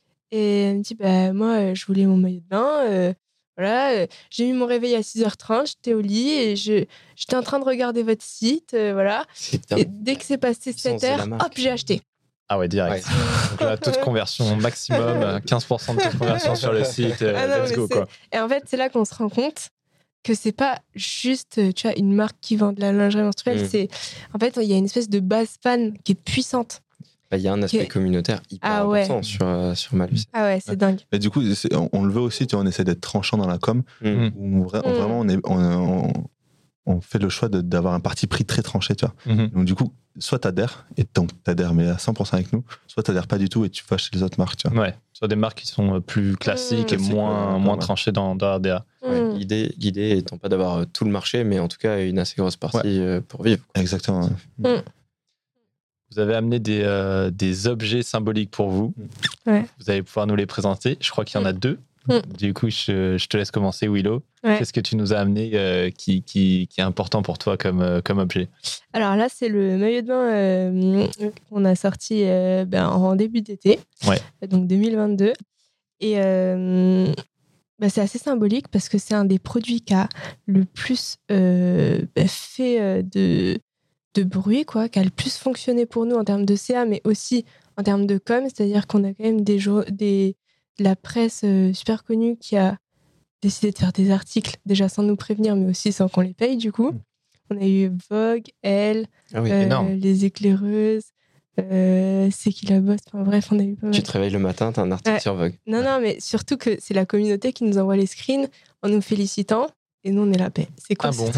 Et elle me dit, bah, moi, euh, je voulais mon maillot de bain. euh, voilà, euh, j'ai eu mon réveil à six heures trente, j'étais au lit et je, j'étais en train de regarder votre site. euh, voilà. c'est Et dingue. dès que c'est passé Puissance sept euh, de la heures, marque. hop, j'ai acheté. Ah ouais, direct. Ouais. Donc là, toute conversion maximum, quinze pour cent de toute conversion sur le site. euh, Ah non, let's mais go, c'est- quoi. Et en fait, c'est là qu'on se rend compte que c'est pas juste, tu vois, une marque qui vend de la lingerie menstruelle. Mm. C'est, en fait, il y a une espèce de base fan qui est puissante. Bah, il y a un aspect Qui est- communautaire hyper Ah ouais. important sur, euh, sur Malus. Ah ouais, c'est Ouais. dingue. Et du coup, c'est- on, on le veut aussi, tu vois, on essaie d'être tranchant dans la com, Mm. où on, vra- Mm. vraiment on, est, on, on, on fait le choix de- d'avoir un parti pris très tranché, tu vois. Mhm. Donc du coup, soit t'adhères, et donc t'adhères mais à cent pour cent avec nous, soit t'adhères pas du tout et tu vas chez les autres marques, tu vois. Ouais, sur des marques qui sont euh, plus classiques Mmh. et Classique, moins, ouais, moins ouais. tranchées dans, dans la D A. Ouais, Mm. l'idée, l'idée étant pas d'avoir euh, tout le marché, mais en tout cas une assez grosse partie euh, pour vivre. Exactement. Vous avez amené des, euh, des objets symboliques pour vous. Ouais. Vous allez pouvoir nous les présenter. Je crois qu'il y en a deux. Mm. Du coup, je, je te laisse commencer, Willow. Ouais. Qu'est-ce que tu nous as amené euh, qui, qui, qui est important pour toi comme, euh, comme objet? Alors là, c'est le maillot de bain euh, qu'on a sorti euh, ben, en début d'été, Ouais. donc deux mille vingt-deux. Et euh, ben, c'est assez symbolique parce que c'est un des produits qui a le plus euh, ben, fait euh, de, de bruit, quoi, qui a le plus fonctionné pour nous en termes de C A, mais aussi en termes de com. C'est-à-dire qu'on a quand même des, jour- des, de la presse euh, super connue qui a décidé de faire des articles, déjà sans nous prévenir, mais aussi sans qu'on les paye, du coup. On a eu Vogue, Elle, Ah oui, euh, énorme. Les Éclaireuses, euh, C'est qui la bosse, enfin bref, on a eu pas mal. tu te réveilles le matin, t'as un article Ouais. sur Vogue. Non, non, mais surtout que c'est la communauté qui nous envoie les screens en nous félicitant, et nous on est là, paix. C'est quoi Ah ce bon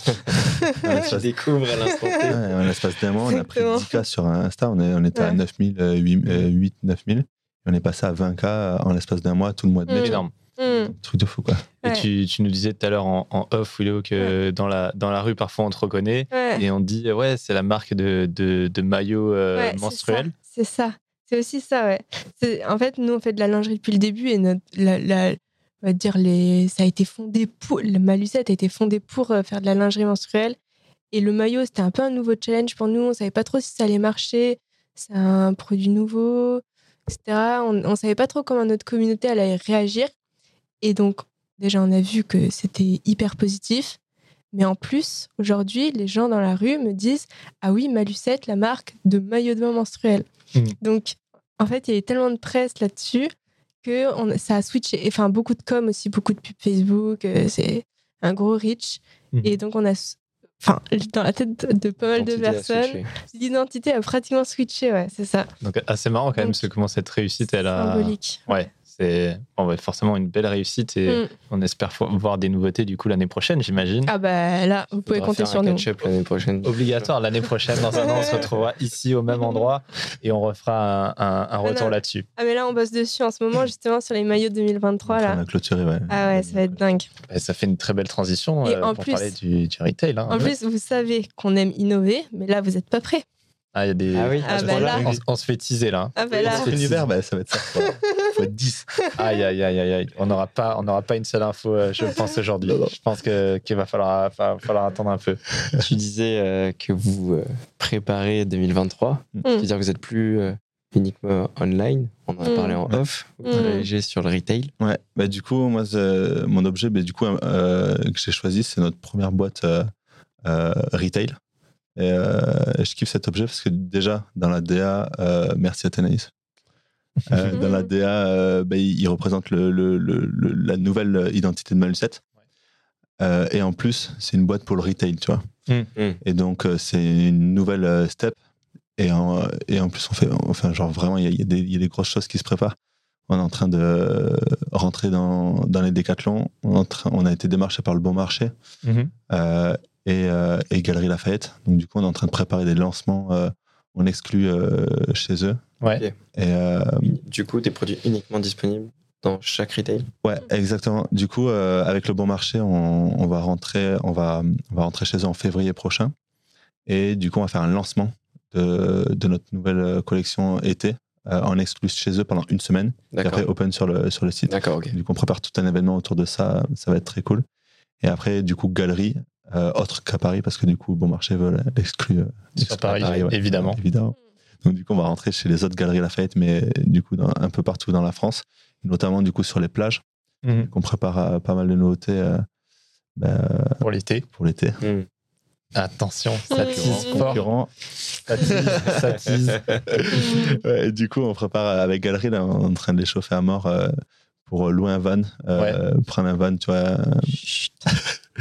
truc Ouais, Tu ça- découvres à l'instant T. Ouais, en l'espace d'un mois, on a pris Exactement. dix K sur Insta, on, est, on était à Ouais. neuf mille, euh, huit, neuf mille. On est passé à vingt K en l'espace d'un mois, tout le mois de mai. Mm. Énorme. Hmm. Truc de fou, quoi. Et Ouais. tu, tu nous disais tout à l'heure en, en off, Willow, que dans, la, dans la rue, parfois, on te reconnaît. Ouais. Et on dit, euh, ouais, c'est la marque de, de, de maillots euh, Ouais, c'est menstruels. ça, C'est ça. C'est aussi ça, ouais. C'est- En fait, nous, on fait de la lingerie depuis le début et notre, la, la- on va dire les, ça a été fondé pour. Le Malucette a été fondé pour euh, faire de la lingerie menstruelle. Et le maillot, c'était un peu un nouveau challenge pour nous. On savait pas trop si ça allait marcher. C'est un produit nouveau, et cetera. On, on savait pas trop comment notre communauté allait réagir. Et donc, déjà, on a vu que c'était hyper positif. Mais en plus, aujourd'hui, les gens dans la rue me disent « Ah oui, Malucette, la marque de maillot de bain menstruel. Mhm. Donc, en fait, il y a eu tellement de presse là-dessus que on, ça a switché. Enfin, beaucoup de com aussi, beaucoup de pubs Facebook. euh, c'est un gros reach. Mhm. Et donc, on a... Enfin, dans la tête de, de pas mal de L'identité a personnes, switché. l'identité a pratiquement switché, ouais, c'est ça. Donc, assez marrant quand même, Donc, ce comment cette réussite, elle a. Symbolique. Ouais, c'est bon, ouais, forcément une belle réussite et Mm. on espère fo- voir des nouveautés du coup l'année prochaine, j'imagine. Ah bah là, vous pouvez Faudra compter faire sur un nous. catch-up l'année prochaine. Obligatoire l'année prochaine, dans un an, on se retrouvera ici au même endroit et on refera un, un- un retour non. là-dessus. Ah mais là, on bosse dessus en ce moment, justement, sur les maillots deux mille vingt-trois, On là. a clôturé, ouais. Ah ouais, ça va être dingue. Et ça fait une très belle transition Et euh, en pour plus- parler du, du retail. hein. En plus, vous savez qu'on aime innover, mais là, vous n'êtes pas prêts. Ah, il y a des... Ah oui. Ah à ce bah point-là, là- on, on se fait teaser là. Ah bah Oui, là, on se fait L'univers, bah, ça va être ça. Faut, faut être dix. Aïe, aïe, aïe, aïe, aïe. On n'aura pas, on n'aura pas une seule info, euh, je pense, aujourd'hui. Non, non. Je pense que, qu'il va falloir, va falloir attendre un peu. Tu disais euh, que vous euh, préparez deux mille vingt-trois. Mm. C'est-à-dire que vous êtes plus euh, uniquement online. On en a Mm. parlé en off. Vous Mm. travaillez sur le retail. Ouais, bah, du coup, moi, c'est- mon objet bah, du coup, euh, que j'ai choisi, c'est notre première boîte euh, euh, retail. Et euh, je kiffe cet objet parce que déjà, dans la D A, euh, merci Athénaïs. Euh, dans la D A, euh, bah, il, il représente le, le, le, le- la nouvelle identité de Malucette. Euh, et en plus, c'est une boîte pour le retail, tu vois. Mm. Mm. Et donc, euh, c'est une nouvelle euh, step. Et en, et en plus, on fait, enfin, genre vraiment, il y a, il y a des- il y a des grosses choses qui se préparent. On est en train de rentrer dans, dans les décathlons. On, est en train- on a été démarché par le Bon Marché Mhm. euh, et, euh, et Galerie Lafayette. Donc, du coup, on est en train de préparer des lancements euh, en exclu euh, chez eux. Ouais. Ok. Et euh, Du coup, des produits uniquement disponibles dans chaque retail. ouais, exactement. Du coup, euh, avec le Bon Marché, on, on va rentrer, on va, on va rentrer chez eux en février prochain. Et du coup, on va faire un lancement de, de notre nouvelle collection été euh, en exclu chez eux pendant une semaine. Et D'accord. après, open sur le, sur le site. D'accord, ok. Du coup, on prépare tout un événement autour de ça. Ça va être très cool. Et après, du coup, galerie, euh, autre qu'à Paris, parce que du coup, Bon Marché veut l'exclu. euh, Sur l'exclu Paris, à ouais. évidemment. évidemment. Donc, du coup, on va rentrer chez les autres galeries Lafayette, mais du coup, dans- un peu partout dans la France, notamment du coup sur les plages. Mhm. Donc, on prépare euh, pas mal de nouveautés euh, bah, Pour l'été. pour l'été. Mm. Attention, ça Mhm. tease fort. Concurrents. Ça tease, ça tease. Ouais, et du coup, on prépare avec Galerie, là, on est en train de les chauffer à mort euh, pour louer un van, euh, prendre un van, tu vois. Chut.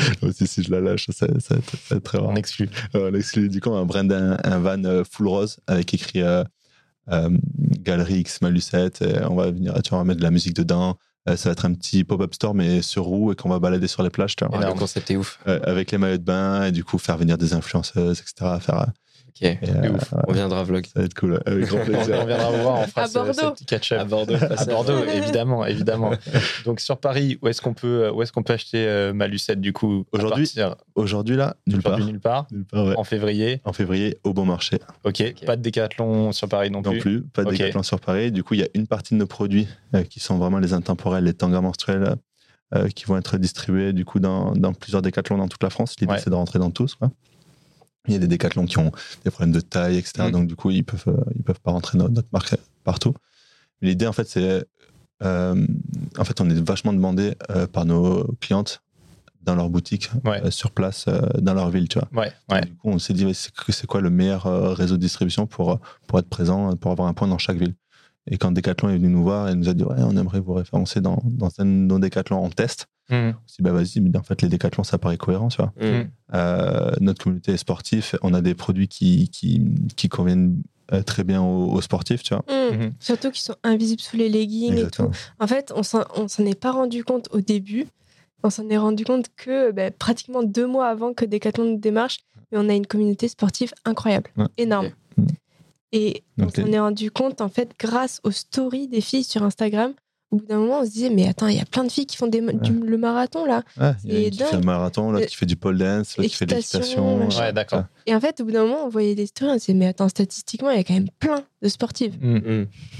Aussi, si je la lâche, ça, ça, va, être, ça va être très rare. On exclut. Euh, on exclut. Du coup, on va brand un, un van euh, full rose avec écrit euh, euh, Galerie X Malucette. Et on va venir, tu vois, on va mettre de la musique dedans. Euh, ça va être un petit pop-up store, mais sur roue et qu'on va balader sur les plages. Tu vois. Ah, le concept est ouf. Euh, avec les maillots de bain et du coup, faire venir des influenceuses, et cetera. Faire, Ok, et, euh, ouf. On viendra vlog. Ça va être cool, avec grand plaisir. On viendra vous voir, on fera à ce, Bordeaux. ce petit catch-up. À Bordeaux. À Bordeaux, évidemment, évidemment. Donc sur Paris, où est-ce qu'on peut, où est-ce qu'on peut acheter euh, ma Lucette du coup aujourd'hui, aujourd'hui là, nulle part. Nulle part. Nulle part, ouais. En février. En février, au bon marché. Ok. okay. Pas de Décathlon sur Paris non plus. Non plus, pas de okay. Décathlon sur Paris. Du coup, il y a une partie de nos produits euh, qui sont vraiment les intemporels, les tangas menstruels, euh, qui vont être distribués du coup dans, dans plusieurs Décathlons dans toute la France. L'idée ouais. c'est de rentrer dans tous, quoi. Il y a des décathlons qui ont des problèmes de taille, et cetera. Mmh. Donc, du coup, ils peuvent, euh, ils peuvent pas rentrer notre, notre marque partout. Mais l'idée, en fait, c'est. Euh, en fait, on est vachement demandé euh, par nos clientes dans leur boutique, ouais. euh, sur place, euh, dans leur ville, tu vois. Ouais, ouais. Du coup, on s'est dit, ouais, c'est, c'est quoi le meilleur euh, réseau de distribution pour, pour être présent, pour avoir un point dans chaque ville. Et quand Décathlon est venu nous voir, elle nous a dit, ouais, on aimerait vous référencer dans, dans un de nos Décathlons en test. Mmh. On s'est dit, bah vas-y, mais en fait, les Décathlons, ça paraît cohérent, tu vois. Mmh. Euh, notre communauté est sportive, on a des produits qui, qui, qui conviennent très bien aux, aux sportifs, tu vois. Mmh. Mmh. Surtout qu'ils sont invisibles sous les leggings. Exactement. Et tout. En fait, on s'en, on s'en est pas rendu compte au début. On s'en est rendu compte que bah, pratiquement deux mois avant que Décathlon nous démarche, mais on a une communauté sportive incroyable, ouais. énorme. Okay. Et on okay. s'en est rendu compte, en fait, grâce aux stories des filles sur Instagram. Au bout d'un moment, on se disait, mais attends, il y a plein de filles qui font des, ouais. du, le marathon, là. Ouais, il y a une qui fait le marathon, l'autre qui fait du pole dance, l'autre qui fait de l'équitation. Ouais, d'accord. Et en fait, au bout d'un moment, on voyait des stories, on se disait, mais attends, statistiquement, il y a quand même plein de sportives. Mm.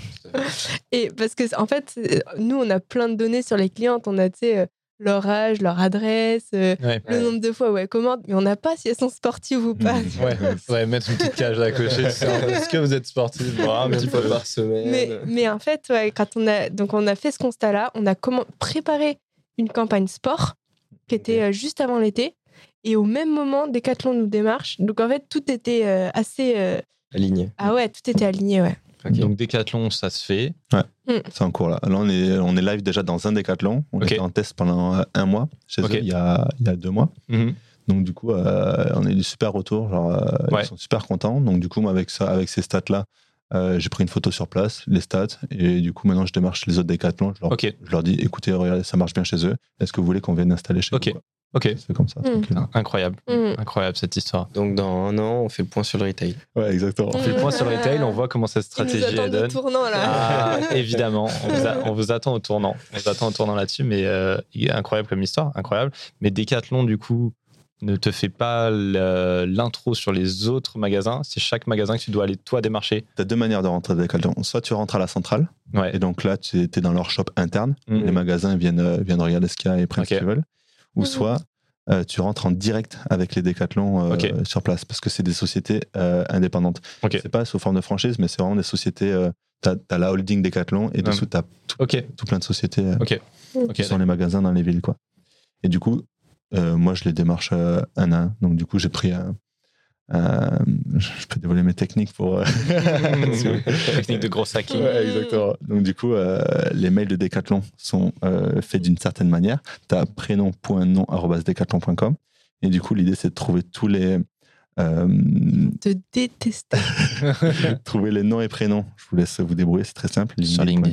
Et parce que, en fait, nous, on a plein de données sur les clientes. On a, tu sais, leur âge, leur adresse, euh, ouais. le ouais. nombre de fois où elles commandent, mais on n'a pas si elles sont sportives ou pas. Mmh. Ouais. ouais, mettre une petite cage à cocher. Est-ce que vous êtes sportive? Bon, un petit peu par semaine. Mais, mais en fait, ouais, quand on a, donc on a fait ce constat-là, on a comment, préparé une campagne sport qui était okay. euh, juste avant l'été, et au même moment, Décathlon nous démarche. Donc en fait, tout était euh, assez euh... aligné. Ah ouais, tout était aligné, ouais. Okay. Donc Décathlon, ça se fait. Ouais, mm. c'est en cours là. Là, on est, on est live déjà dans un Décathlon. On okay. était en test pendant un mois chez okay. eux il y, a, il y a deux mois. Mm-hmm. Donc du coup, euh, on a eu des super retours. Genre, euh, ouais. Ils sont super contents. Donc du coup, moi, avec, ça, avec ces stats-là, euh, j'ai pris une photo sur place, les stats. Et du coup, maintenant, je démarche les autres Décathlons. Je leur, okay. je leur dis, écoutez, regardez, ça marche bien chez eux. Est-ce que vous voulez qu'on vienne installer chez okay. vous? Ok, c'est comme ça. Mmh. Incroyable, mmh. incroyable cette histoire. Donc dans un an, on fait le point sur le retail. Ouais, exactement. On fait le point sur le retail, on voit comment cette stratégie elle donne. Au tournant là. Ah, évidemment, on vous, a, on vous attend au tournant. On vous attend au tournant là-dessus, mais euh, incroyable comme histoire, incroyable. Mais Décathlon du coup ne te fait pas l'intro sur les autres magasins. C'est chaque magasin que tu dois aller toi démarcher. Tu as deux manières de rentrer à Décathlon. Soit tu rentres à la centrale, ouais. et donc là tu es dans leur shop interne. Mmh. Les magasins viennent viennent regarder ce qu'il y a et prennent okay. ce qu'ils veulent. Ou soit euh, tu rentres en direct avec les Décathlons euh, okay. sur place, parce que c'est des sociétés euh, indépendantes. Okay. C'est pas sous forme de franchise, mais c'est vraiment des sociétés. Euh, tu as la holding Décathlon et dessous, tu as tout, okay. tout plein de sociétés euh, okay. qui okay. sont les magasins dans les villes, quoi. Et du coup, euh, moi, je les démarche euh, un à un. Donc, du coup, j'ai pris un. Euh, je peux dévoiler mes techniques pour. Euh... Technique de gros hacking. Ouais, exactement. Donc, du coup, euh, les mails de Décathlon sont euh, faits d'une certaine manière. Tu as prénom point nom arobase décathlon point com. Et du coup, l'idée, c'est de trouver tous les. Euh... Te détester. Trouver les noms et prénoms. Je vous laisse vous débrouiller, c'est très simple. Sur LinkedIn.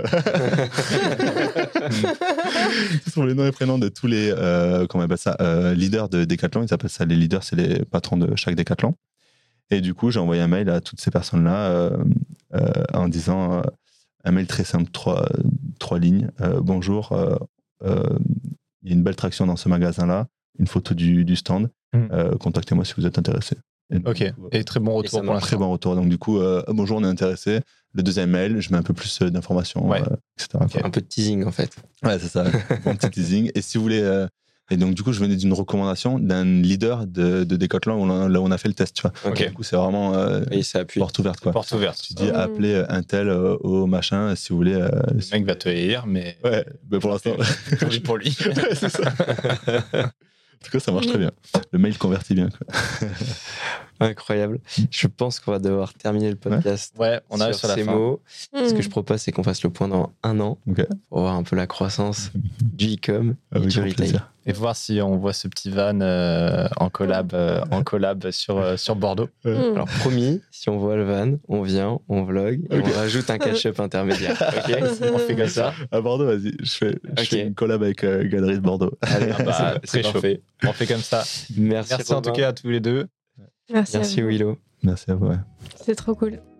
Trouver les noms et prénoms de tous les euh, comment on appelle ça, euh, leaders de Décathlon. Ils appellent ça les leaders, c'est les patrons de chaque Décathlon. Et du coup, j'ai envoyé un mail à toutes ces personnes-là euh, euh, en disant euh, un mail très simple, trois, trois lignes. Euh, bonjour, euh, euh, il y a une belle traction dans ce magasin-là, une photo du, du stand. Mmh. Euh, contactez-moi si vous êtes intéressé. Et donc, ok, coup, et très bon retour pour l'instant. Très bon retour. Donc, du coup, euh, bonjour, on est intéressé. Le deuxième mail, je mets un peu plus d'informations, ouais. euh, et cetera. Okay. Un peu de teasing, en fait. Ouais, c'est ça. Un petit teasing. Et si vous voulez. Euh, et donc, du coup, je venais d'une recommandation d'un leader de, de Décathlon où on, là où on a fait le test, tu vois. Okay. Du coup, c'est vraiment euh, et ça appuie. porte ouverte, quoi. Porte ouverte. Tu dis, appelez un tel euh, au machin, si vous voulez. Euh, le si mec va te haïr, mais. Ouais, mais pour l'instant. pour lui. Ouais, c'est ça. En tout cas, ça marche très bien. Le mail convertit bien, quoi. Incroyable. Je pense qu'on va devoir terminer le podcast. Ouais, on arrive sur, sur la ces fin. mots. Mmh. Ce que je propose, c'est qu'on fasse le point dans un an okay. pour voir un peu la croissance du e-com Avec et du retail. Plaisir. Et voir si on voit ce petit van euh, en collab, euh, en collab sur, euh, sur Bordeaux. Mm. Alors promis, si on voit le van, on vient, on vlog et Ok. on rajoute un catch-up intermédiaire. Ok, On fait comme ça. À Bordeaux, vas-y, je fais, je Ok. fais une collab avec euh, Galerie de Bordeaux. Allez, Ah bah, c'est- très c'est chaud. parfait. On fait comme ça. Merci, Merci en tout Robin. cas à tous les deux. Merci, Merci à vous. Willow. Merci à vous. Ouais. C'est trop cool.